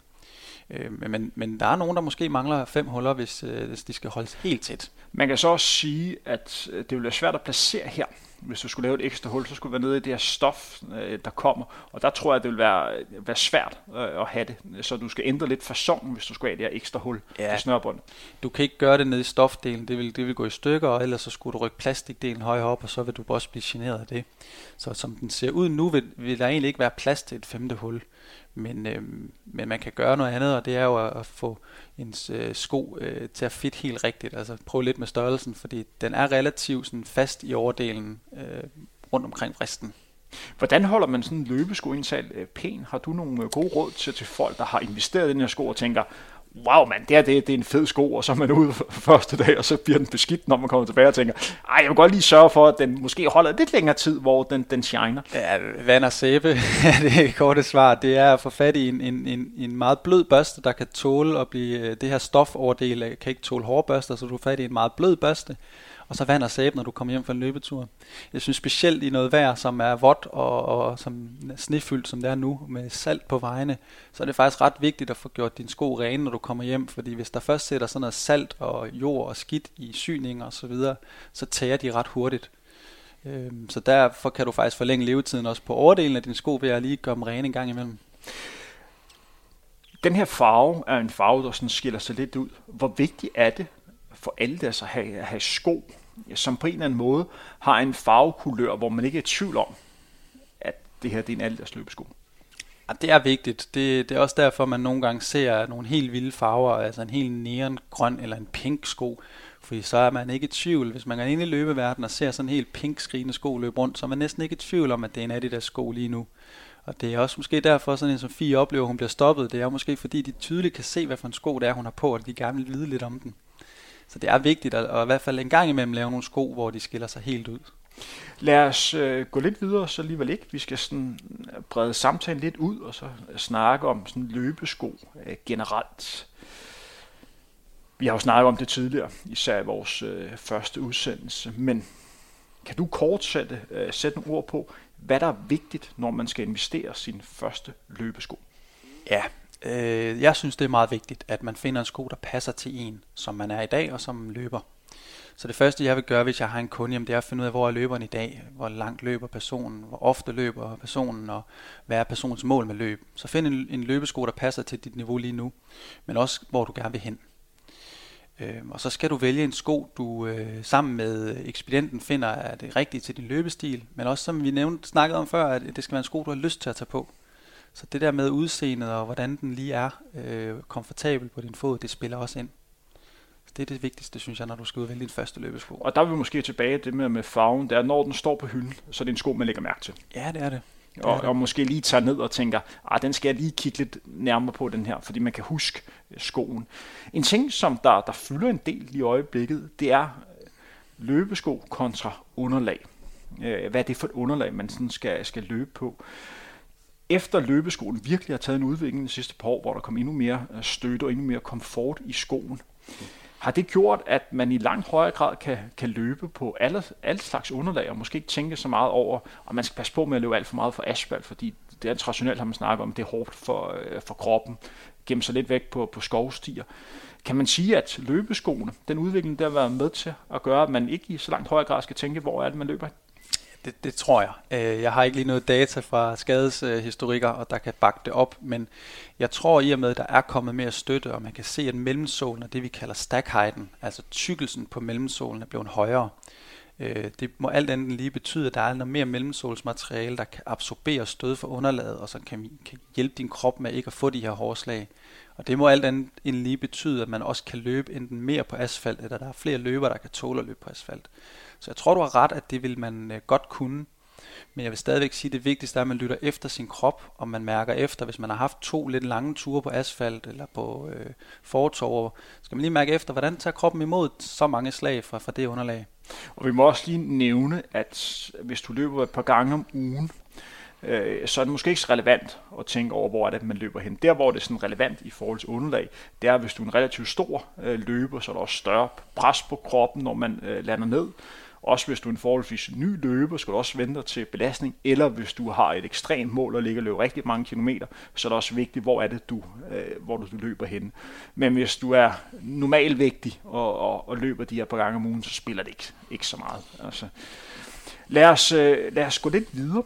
Men der er nogen, der måske mangler 5 huller, hvis de skal holdes helt tæt. Man kan så også sige, at det vil være svært at placere her. Hvis du skulle lave et ekstra hul, så skulle det være nede i det her stof, der kommer. Og der tror jeg, det vil være svært at have det. Så du skal ændre lidt facon, hvis du skulle have det her ekstra hul til snørebåndet. Du kan ikke gøre det nede i stofdelen, det vil gå i stykker, og ellers så skulle du rykke plastikdelen højere op, og så vil du også blive generet af det. Så som den ser ud nu, vil der egentlig ikke være plads til et 5. hul. Men man kan gøre noget andet, og det er jo at få en sko til at fit helt rigtigt. Altså prøv lidt med størrelsen, fordi den er relativt sådan fast i overdelen rundt omkring vristen. Hvordan holder man sådan en løbesko egentlig pæn? Har du nogle gode råd til folk, der har investeret i den her sko og tænker, wow mand, det er en fed sko, og så er man ude første dag, og så bliver den beskidt, når man kommer tilbage og tænker, jeg vil godt lige sørge for, at den måske holder lidt længere tid, hvor den shiner. Ja, vand og sæbe, det er korte svar. Det er at få fat i en meget blød børste, der kan tåle at blive, det her stofoverdel kan ikke tåle hårde børster, så du får fat i en meget blød børste, og så vand og sæbe, når du kommer hjem fra en løbetur. Jeg synes specielt i noget vejr, som er vådt og som snefyldt, som det er nu, med salt på vejene, så er det faktisk ret vigtigt at få gjort din sko rene, når du kommer hjem, fordi hvis der først sætter sådan noget salt og jord og skidt i syninger og så videre, så tager de ret hurtigt. Så derfor kan du faktisk forlænge levetiden også på overdelen af din sko ved at lige gøre dem rene en gang imellem. Den her farve er en farve, der sådan skiller sig lidt ud. Hvor vigtigt er det for alle deres at have sko, som på en eller anden måde har en farvekulør, hvor man ikke er i tvivl om, at det her det er en Adidas løbesko? Ja, det er vigtigt. Det er også derfor, man nogle gange ser nogle helt vilde farver, altså en helt neongrøn eller en pink sko, fordi så er man ikke i tvivl. Hvis man går ind i løbeverdenen og ser sådan en helt pink skrigende sko løbe rundt, så er man næsten ikke i tvivl om, at det er en Adidas sko lige nu. Og det er også måske derfor, sådan en som Fie oplever, hun bliver stoppet. Det er måske fordi, de tydeligt kan se, hvad for en sko det er, hun har på, og de gerne vil vide lidt om den. Så det er vigtigt at i hvert fald en gang imellem lave nogle sko, hvor de skiller sig helt ud. Lad os gå lidt videre, så alligevel ikke. Vi skal sådan brede samtalen lidt ud, og så snakke om sådan løbesko generelt. Vi har jo snakket om det tidligere, især i vores første udsendelse. Men kan du kort sætte nogle ord på, hvad der er vigtigt, når man skal investere sin første løbesko? Ja, jeg synes, det er meget vigtigt, at man finder en sko, der passer til en, som man er i dag og som løber. Så det første, jeg vil gøre, hvis jeg har en kunde, det er at finde ud af, hvor er løberen i dag, hvor langt løber personen, hvor ofte løber personen, og hvad er personens mål med løb. Så find en løbesko, der passer til dit niveau lige nu, men også, hvor du gerne vil hen. Og så skal du vælge en sko, du sammen med ekspedienten finder er det rigtige til din løbestil, men også, som vi snakkede om før, at det skal være en sko, du har lyst til at tage på. Så det der med udseendet og hvordan den lige er komfortabel på din fod, det spiller også ind. Så det er det vigtigste, synes jeg, når du skal udvælge din første løbesko. Og der er vi måske tilbage det med farven, det er, når den står på hylden, så er det en sko, man lægger mærke til. Ja, det er det. Og måske lige tager ned og tænker, den skal jeg lige kigge lidt nærmere på den her, fordi man kan huske skoen. En ting, som der fylder en del i øjeblikket, det er løbesko kontra underlag. Hvad er det for et underlag, man sådan skal løbe på? Efter løbeskoen virkelig har taget en udvikling de sidste par år, hvor der kom endnu mere støtte og endnu mere komfort i skoen, Har det gjort, at man i langt højere grad kan løbe på alle slags underlag, og måske ikke tænke så meget over, og man skal passe på med at løbe alt for meget for asfalt, fordi det er traditionelt, har man snakket om, det er hårdt for kroppen, gemme sig lidt væk på skovstier. Kan man sige, at løbeskoene, den udvikling, der har været med til at gøre, at man ikke i så langt højere grad skal tænke, hvor er det, man løber? Det tror jeg. Jeg har ikke lige noget data fra skadeshistorikker, og der kan bakke det op, men jeg tror i og med, at der er kommet mere støtte, og man kan se, at mellemsålen og det, vi kalder stack-heighten, altså tykkelsen på mellemsålen, er blevet højere. Det må alt andet lige betyde, at der er noget mere mellemsålsmateriale, der kan absorbere stød fra underlaget, og så kan hjælpe din krop med ikke at få de her hårdslag. Og det må alt andet end lige betyde, at man også kan løbe enten mere på asfalt, eller der er flere løbere, der kan tåle at løbe på asfalt. Så jeg tror, du har ret, at det vil man godt kunne. Men jeg vil stadigvæk sige, at det vigtigste er, at man lytter efter sin krop, og man mærker efter, hvis man har haft 2 lidt lange ture på asfalt eller på fortover, skal man lige mærke efter, hvordan tager kroppen imod så mange slag fra det underlag. Og vi må også lige nævne, at hvis du løber et par gange om ugen, så er det måske ikke så relevant at tænke over, hvor er det, man løber hen. Der, hvor det er sådan relevant i forhold til underlag, det er, hvis du er en relativt stor løber, så er der også større pres på kroppen, når man lander ned. Også hvis du er en forholdsvis ny løber, skal du også vente til belastning, eller hvis du har et ekstremt mål og ligger og løber rigtig mange kilometer, så er det også vigtigt, hvor er det, hvor du løber hen. Men hvis du er normalvægtig og løber de her par gange om ugen, så spiller det ikke så meget. Altså, lad os gå lidt videre.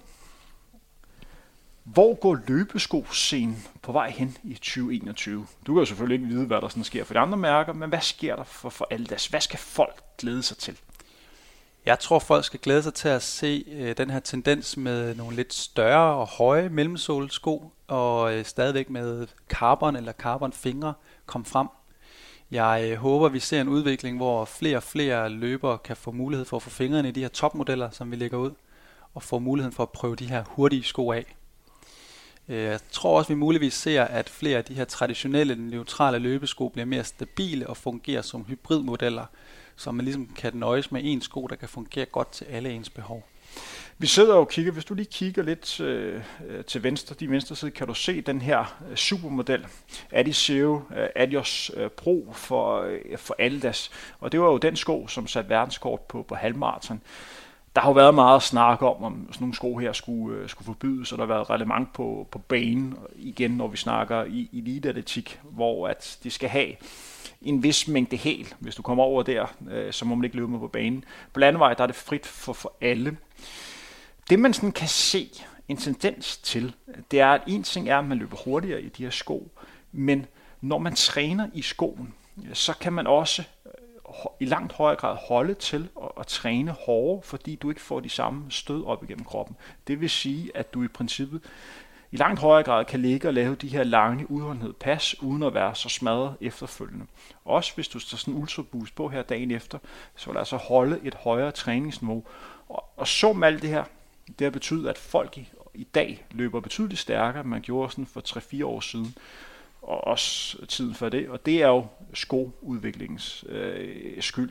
Hvor går løbeskoscenen på vej hen i 2021? Du kan jo selvfølgelig ikke vide, hvad der sådan sker for de andre mærker, men hvad sker der for Adidas? Hvad skal folk glæde sig til? Jeg tror, folk skal glæde sig til at se den her tendens med nogle lidt større og høje mellemsålsko, og stadigvæk med carbon eller carbonfingre komme frem. Jeg håber, vi ser en udvikling, hvor flere og flere løbere kan få mulighed for at få fingrene i de her topmodeller, som vi lægger ud, og få muligheden for at prøve de her hurtige sko af. Jeg tror også, vi muligvis ser, at flere af de her traditionelle, neutrale løbesko bliver mere stabile og fungerer som hybridmodeller, så man ligesom kan nøjes med en sko, der kan fungere godt til alle ens behov. Vi sidder og kigger, hvis du lige kigger lidt til venstre, din venstre side, kan du se den her supermodel, Adizero Adios Pro for Adidas. Og det var jo den sko, som satte verdenskort på halvmarathon. Der har jo været meget snak om sådan nogle sko her skulle forbydes, og der har været relevant på banen igen, når vi snakker i eliteatletik, hvor at de skal have en vis mængde hæl. Hvis du kommer over der, så må man ikke løbe med på banen. På landevej, der er det frit for alle. Det man sådan kan se en tendens til, det er, at en ting er, at man løber hurtigere i de her sko, men når man træner i skoen, så kan man også i langt højere grad holde til at træne hårdere, fordi du ikke får de samme stød op igennem kroppen. Det vil sige, at du i princippet i langt højere grad kan ligge og lave de her lange udholdenhed pas, uden at være så smadret efterfølgende. Også hvis du tager sådan en ultra boost på her dagen efter, så vil der altså holde et højere træningsniveau. Og sum alt det her, det har betydet, at folk i dag løber betydeligt stærkere, end man gjorde sådan for 3-4 år siden. Og også tiden før det, og det er jo skoudviklingens skyld.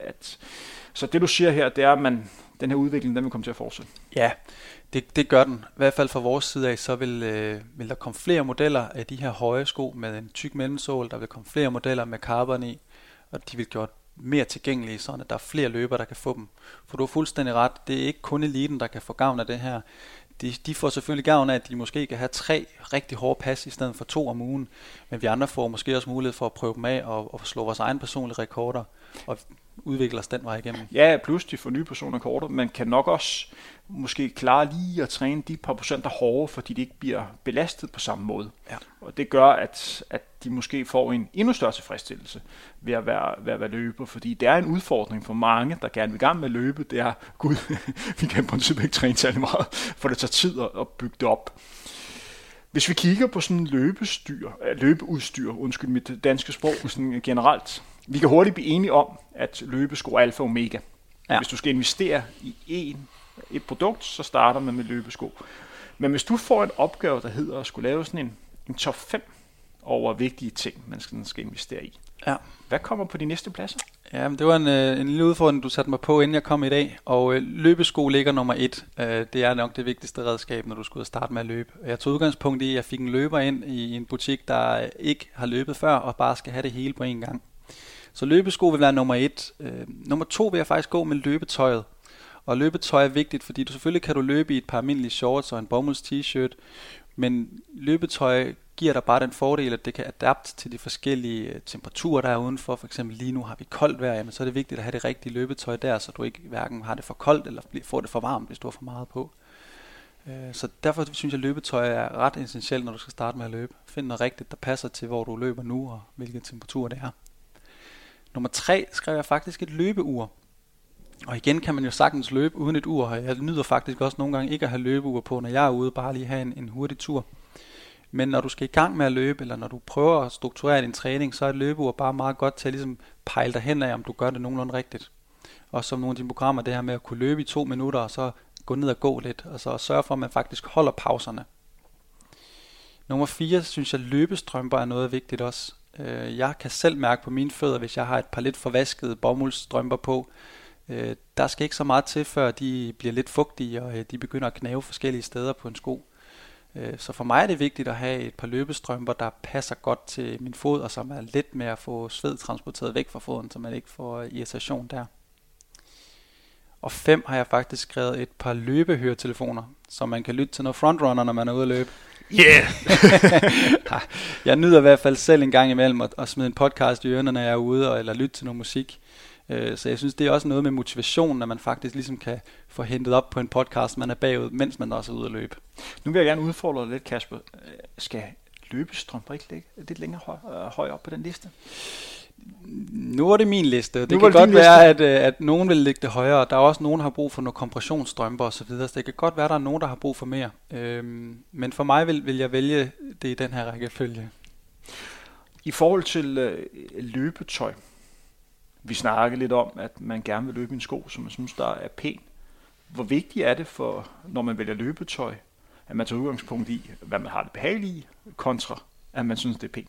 Så det du siger her, det er, at den her udvikling, den vil komme til at fortsætte. Ja, det gør den. I hvert fald fra vores side af, så vil der komme flere modeller af de her høje sko med en tyk mellemsål. Der vil komme flere modeller med carbon i, og de vil gøre mere tilgængelige, sådan at der er flere løbere, der kan få dem. For du har fuldstændig ret, det er ikke kun eliten, der kan få gavn af det her. De får selvfølgelig gavn af, at de måske kan have 3 rigtig hårde pas i stedet for 2 om ugen, men vi andre får måske også mulighed for at prøve dem af og slå vores egen personlige rekorder og udvikle os den vej igennem. Ja, plus de får nye personlige rekorder. Man kan nok også måske klare lige at træne de par procenter hårdere, fordi de ikke bliver belastet på samme måde. Ja. Og det gør, at de måske får en endnu større tilfredsstillelse ved at være løber, fordi det er en udfordring for mange, der gerne vil i gang med at løbe. Det er, gud, vi kan i princippet ikke træne særlig meget, for det tager tid at bygge det op. Hvis vi kigger på sådan løbeudstyr, undskyld mit danske sprog, sådan generelt, vi kan hurtigt blive enige om, at løbesko er alfa og omega. Ja. Hvis du skal investere i et produkt, så starter man med løbesko. Men hvis du får en opgave, der hedder at skulle lave sådan en top 5 over vigtige ting, man skal investere i. Ja. Hvad kommer på de næste pladser? Ja, men det var en lille udfordring, du satte mig på, inden jeg kom i dag. Og løbesko ligger nummer 1. Det er nok det vigtigste redskab, når du skal ud og starte med at løbe. Jeg tog udgangspunkt i, at jeg fik en løber ind i en butik, der ikke har løbet før, og bare skal have det hele på en gang. Så løbesko vil være nummer 1. Nummer 2 vil jeg faktisk gå med løbetøjet. Og løbetøj er vigtigt, fordi selvfølgelig kan du løbe i et par almindelige shorts og en bomulds t-shirt, men løbetøj giver dig bare den fordel, at det kan adapte til de forskellige temperaturer, der er udenfor. For eksempel lige nu har vi koldt vejr, jamen så er det vigtigt at have det rigtige løbetøj der, så du ikke hverken har det for koldt eller får det for varmt, hvis du har for meget på. Så derfor synes jeg, at løbetøj er ret essentielt, når du skal starte med at løbe. Find noget rigtigt, der passer til, hvor du løber nu og hvilke temperaturer det er. Nummer 3 skrev jeg faktisk et løbeur. Og igen kan man jo sagtens løbe uden et ur. Jeg nyder faktisk også nogle gange ikke at have løbeur på, når jeg er ude, bare lige have en hurtig tur. Men når du skal i gang med at løbe, eller når du prøver at strukturere din træning, så er et løbeur bare meget godt til at ligesom pejle dig hen af, om du gør det nogenlunde rigtigt. Og som nogle af dine programmer, det her med at kunne løbe i 2 minutter, og så gå ned og gå lidt, og så sørge for, at man faktisk holder pauserne. Nummer 4 synes jeg, løbestrømper er noget vigtigt også. Jeg kan selv mærke på mine fødder, hvis jeg har et par lidt forvaskede bomuldsstrømper på, der skal ikke så meget til, før de bliver lidt fugtige, og de begynder at knave forskellige steder på en sko. Så for mig er det vigtigt at have et par løbestrømper, der passer godt til min fod, og som er let med at få sved transporteret væk fra foden, så man ikke får irritation der. Og 5 har jeg faktisk skrevet et par løbehøretelefoner, så man kan lytte til noget frontrunner, når man er ude at løbe. Yeah! Jeg nyder i hvert fald selv en gang imellem at smide en podcast i ørerne, når jeg er ude, eller lytte til noget musik. Så jeg synes, det er også noget med motivation, når man faktisk ligesom kan få hentet op på en podcast, man er bagud, mens man også er ude at løbe. Nu vil jeg gerne udfordre dig lidt, Kasper. Skal løbestrømper ikke ligge lidt længere højere op på den liste? Nu er det min liste. Det kan godt være, at nogen vil lægge det højere. Der er også nogen, der har brug for nogle kompressionsstrømper osv. Så det kan godt være, at der er nogen, der har brug for mere. Men for mig vil jeg vælge det i den her rækkefølge. I forhold til løbetøj. Vi snakker lidt om, at man gerne vil løbe i en sko, som man synes, der er pæn. Hvor vigtigt er det for, når man vælger løbetøj, at man tager udgangspunkt i, hvad man har det behagelige, kontra at man synes, det er pænt?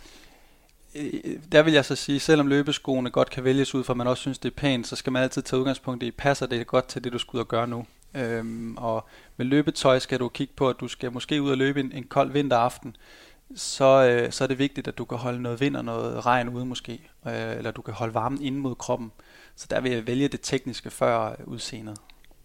Der vil jeg så sige, selvom løbeskoene godt kan vælges ud, for man også synes, det er pænt, så skal man altid tage udgangspunkt i, passer det godt til det, du skal ud og gøre nu. Og med løbetøj skal du kigge på, at du skal måske ud og løbe en kold vinteraften, så er det vigtigt, at du kan holde noget vind og noget regn ude måske, eller du kan holde varmen inde mod kroppen. Så der vil jeg vælge det tekniske før udseendet.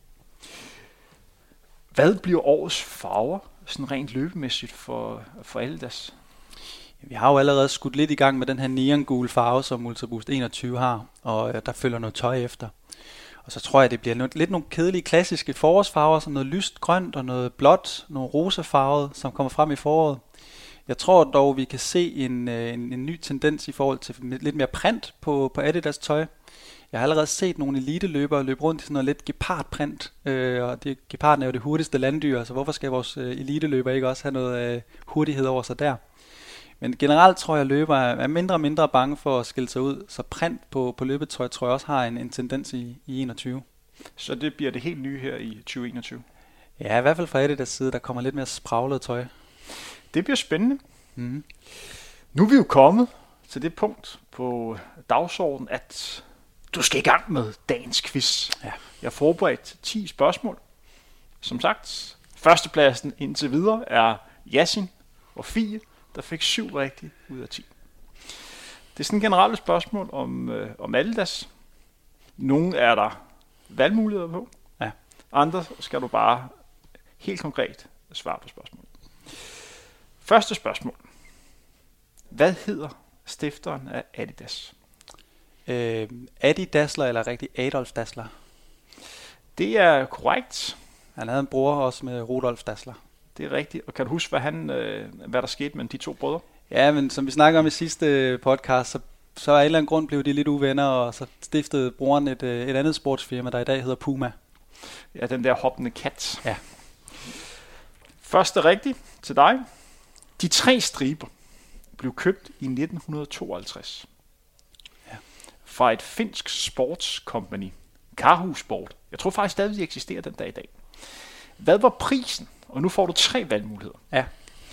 Hvad bliver årets farver, sådan rent løbemæssigt for Adidas? Vi har jo allerede skudt lidt i gang med den her neongule farve, som Ultraboost 21 har, og der følger noget tøj efter. Og så tror jeg, det bliver lidt nogle kedelige klassiske forårsfarver, som noget lyst grønt og noget blåt, nogle rosafarvet, som kommer frem i foråret. Jeg tror dog, vi kan se en ny tendens i forhold til lidt mere print på Adidas tøj. Jeg har allerede set nogle eliteløbere løbe rundt i sådan noget lidt gepardprint, og geparden er jo det hurtigste landdyr, så hvorfor skal vores eliteløbere ikke også have noget hurtighed over sig der? Men generelt tror jeg, at løbere er mindre og mindre bange for at skille sig ud, så print på løbetøj tror jeg også har en tendens i 21. Så det bliver det helt nye her i 2021? Ja, i hvert fald fra Adidas side, der kommer lidt mere spraglet tøj. Det bliver spændende. Mm. Nu er vi jo kommet til det punkt på dagsordenen, at du skal i gang med dagens quiz. Ja. Jeg har forberedt 10 spørgsmål. Som sagt, førstepladsen indtil videre er Yasin og Fie, der fik 7 rigtige ud af 10. Det er sådan generelle spørgsmål om Adidas. Nogle er der valgmuligheder på. Ja. Andre skal du bare helt konkret svare på spørgsmålet. Første spørgsmål. Hvad hedder stifteren af Adidas? Adi Dassler eller rigtig Adolf Dassler? Det er korrekt. Han havde en bror også med Rudolf Dassler. Det er rigtigt. Og kan du huske, hvad der skete med de 2 brødre? Ja, men som vi snakker om i sidste podcast, så af en eller anden grund blev de lidt uvenner, og så stiftede broren et andet sportsfirma, der i dag hedder Puma. Ja, den der hoppende kat. Ja. Første rigtigt til dig. De 3 striber blev købt i 1952 fra et finsk sportscompany, Karhu Sport. Jeg tror faktisk stadig, de eksisterer den dag i dag. Hvad var prisen? Og nu får du 3 valgmuligheder. Ja.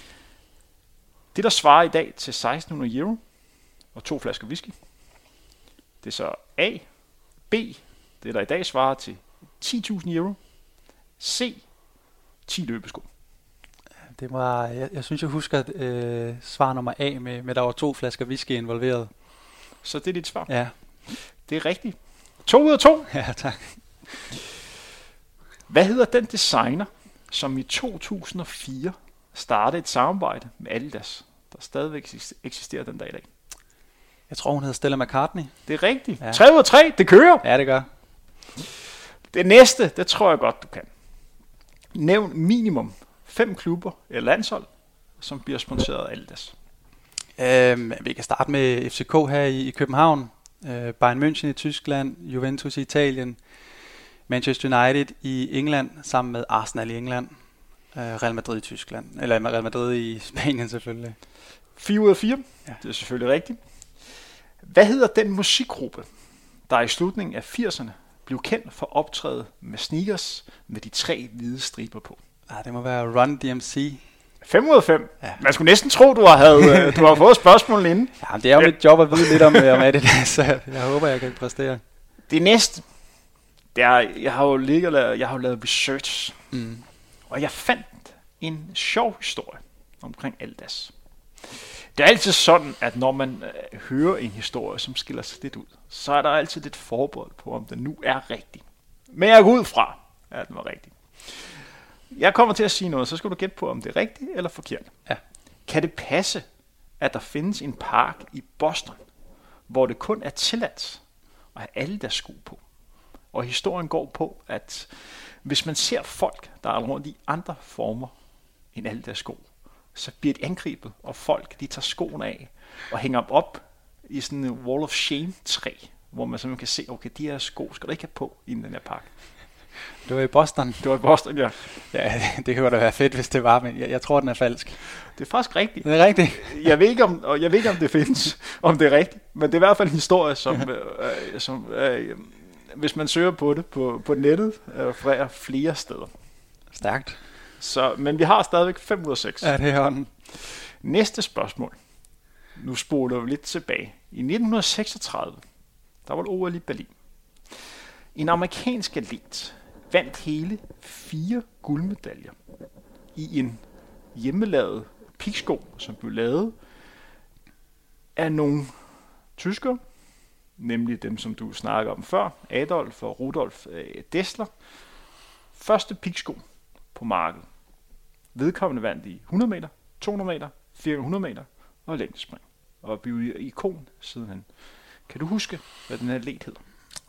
Det, der svarer i dag til 1600 euro og 2 flasker whisky. Det er så A. B. Det, der i dag svarer til 10.000 euro. C. 10 løbesko. Det var, jeg synes, jeg husker svar nummer A med der var 2 flasker whisky involveret. Så det er dit svar. Ja. Det er rigtigt. 2 ud af 2. Ja, tak. Hvad hedder den designer, som i 2004 startede et samarbejde med Adidas, der stadigvæk eksisterer den dag i dag? Jeg tror, hun hedder Stella McCartney. Det er rigtigt. Ja. 3 ud af 3, det kører. Ja, det gør. Det næste, det tror jeg godt, du kan. Nævn minimum 5 klubber eller landshold, som bliver sponsoreret af Adidas. Vi kan starte med FCK her i København, Bayern München i Tyskland, Juventus i Italien, Manchester United i England, sammen med Arsenal i England, Real Madrid i Tyskland, eller Real Madrid i Spanien selvfølgelig. 4 ud af 4, Ja. Det er selvfølgelig rigtigt. Hvad hedder den musikgruppe, der i slutningen af 80'erne blev kendt for at optræde med sneakers med de 3 hvide striber på? Det må være Run DMC. 5 ud af 5. Ja. Man skulle næsten tro, du har fået spørgsmålet inden. Ja, det er jo mit job at vide lidt om Adidas, så jeg håber, jeg kan præstere. Det næste, det er, jeg har jo lavet research, og jeg fandt en sjov historie omkring Adidas. Det er altid sådan, at når man hører en historie, som skiller sig lidt ud, så er der altid lidt forberedt på, om den nu er rigtig. Men jeg går ud fra, at den var rigtig. Jeg kommer til at sige noget, så skal du gætte på, om det er rigtigt eller forkert. Ja. Kan det passe, at der findes en park i Boston, hvor det kun er tilladt at have alle deres sko på? Og historien går på, at hvis man ser folk, der er rundt i andre former end alle deres sko, så bliver de angrebet, og folk de tager skoene af og hænger dem op i sådan en wall of shame-træ, hvor man simpelthen kan se, okay, de her sko skal du ikke have på i den her park. Det var i Boston. Det var i Boston, ja. Ja, det kunne da være fedt, hvis det var, men jeg tror, den er falsk. Det er faktisk rigtigt. Det er rigtigt. Jeg ved ikke, om det findes, om det er rigtigt, men det er i hvert fald en historie, som hvis man søger på det på nettet, refererer flere steder. Stærkt. Så, men vi har stadigvæk 5 ud af 6. Ja, det er hånden. Næste spørgsmål. Nu spoler vi lidt tilbage. I 1936, der var det OL i Berlin. En amerikansk atlet vandt hele 4 guldmedaljer i en hjemmelavet pigsko, som blev lavet af nogle tyskere, nemlig dem, som du snakker om før, Adolf og Rudolf Dassler. Første pigsko på markedet. Vedkommende vandt i 100 meter, 200 meter, 400 meter og længdespring. Og er blevet ikon sidenhen. Kan du huske, hvad den her atlet hedder?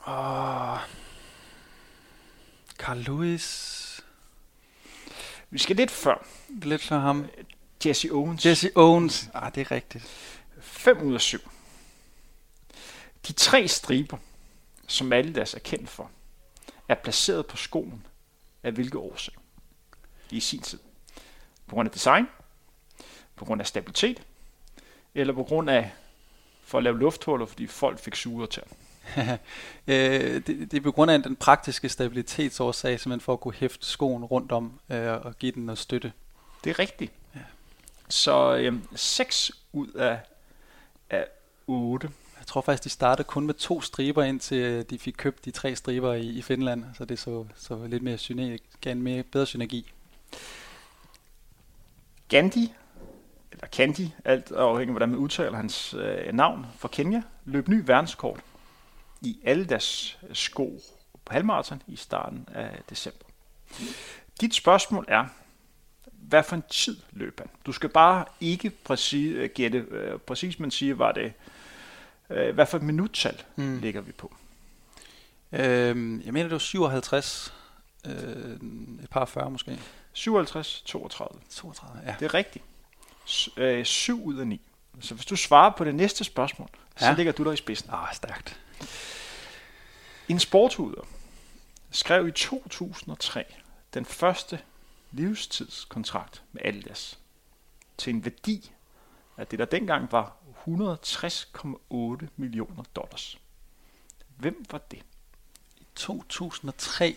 Carl Lewis. Vi skal lidt før. Lidt for ham. Jesse Owens. Jesse Owens. Det er rigtigt. 5 ud af 7. De 3 striber, som Adidas er kendt for, er placeret på skoen af hvilke årsag? I sin tid. På grund af design, på grund af stabilitet, eller på grund af for at lave lufthuller, fordi folk fik sure tæer? Det er på grund af den praktiske stabilitetsårsag, simpelthen for at kunne hæfte skoen rundt om og give den noget støtte. Det er rigtigt. Ja. Så 6 ud af 8. Jeg tror faktisk, de startede kun med 2 striber, indtil de fik købt de 3 striber i Finland, så det så lidt mere bedre synergi. Gandhi, eller Candy, alt afhængig af hvordan man udtaler hans navn, fra Kenya, løb ny verdenskort i Adidas sko på halvmarathon i starten af december. Dit spørgsmål er, hvad for en tid løb han? Du skal bare ikke gætte præcis, men sige, var det, hvad for et minuttal ligger vi på? Jeg mener, det var 57, et par 40 måske. 57, 32. 32, ja. Det er rigtigt. 7 ud af 9. Så hvis du svarer på det næste spørgsmål, så ligger du der i spidsen. Stærkt. En sportsudøver skrev i 2003 den første livstidskontrakt med Adidas til en værdi af det, der dengang var $160,8 millioner. Hvem var det? I 2003.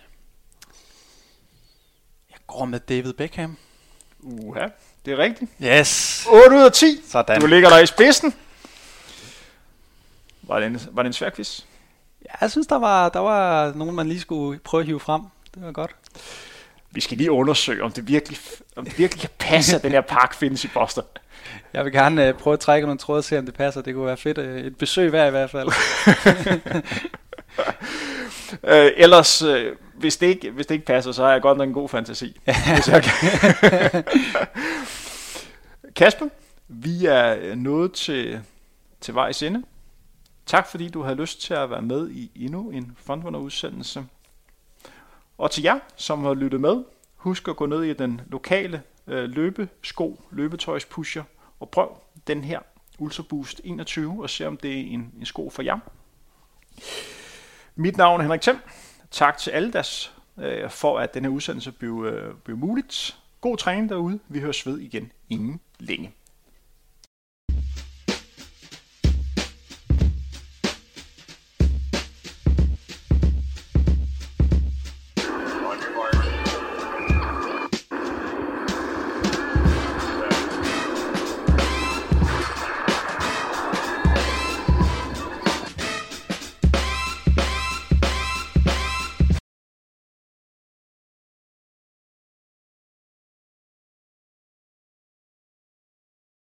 Jeg går med David Beckham. Det er rigtigt. Yes. 8 ud af 10. Sådan. Du ligger der i spidsen. Var det en svær quiz? Ja, jeg synes, der var nogen, man lige skulle prøve at hive frem. Det var godt. Vi skal lige undersøge, om det virkelig kan passe, at den her park findes i Boston. Jeg vil gerne prøve at trække nogle tråde og se, om det passer. Det kunne være fedt. Et besøg hver i hvert fald. Ellers, hvis det ikke passer, så har jeg godt nok en god fantasi. Hvis jeg kan. Kasper, vi er nået til vejs ende. Tak fordi du har lyst til at være med i endnu en Frontrunner-udsendelse. Og til jer, som har lyttet med, husk at gå ned i den lokale løbetøjspusher og prøv den her Ultra Boost 21 og se om det er en sko for jer. Mit navn er Henrik Thiem. Tak til alle for at denne udsendelse blev muligt. God træning derude. Vi høres ved igen inden længe.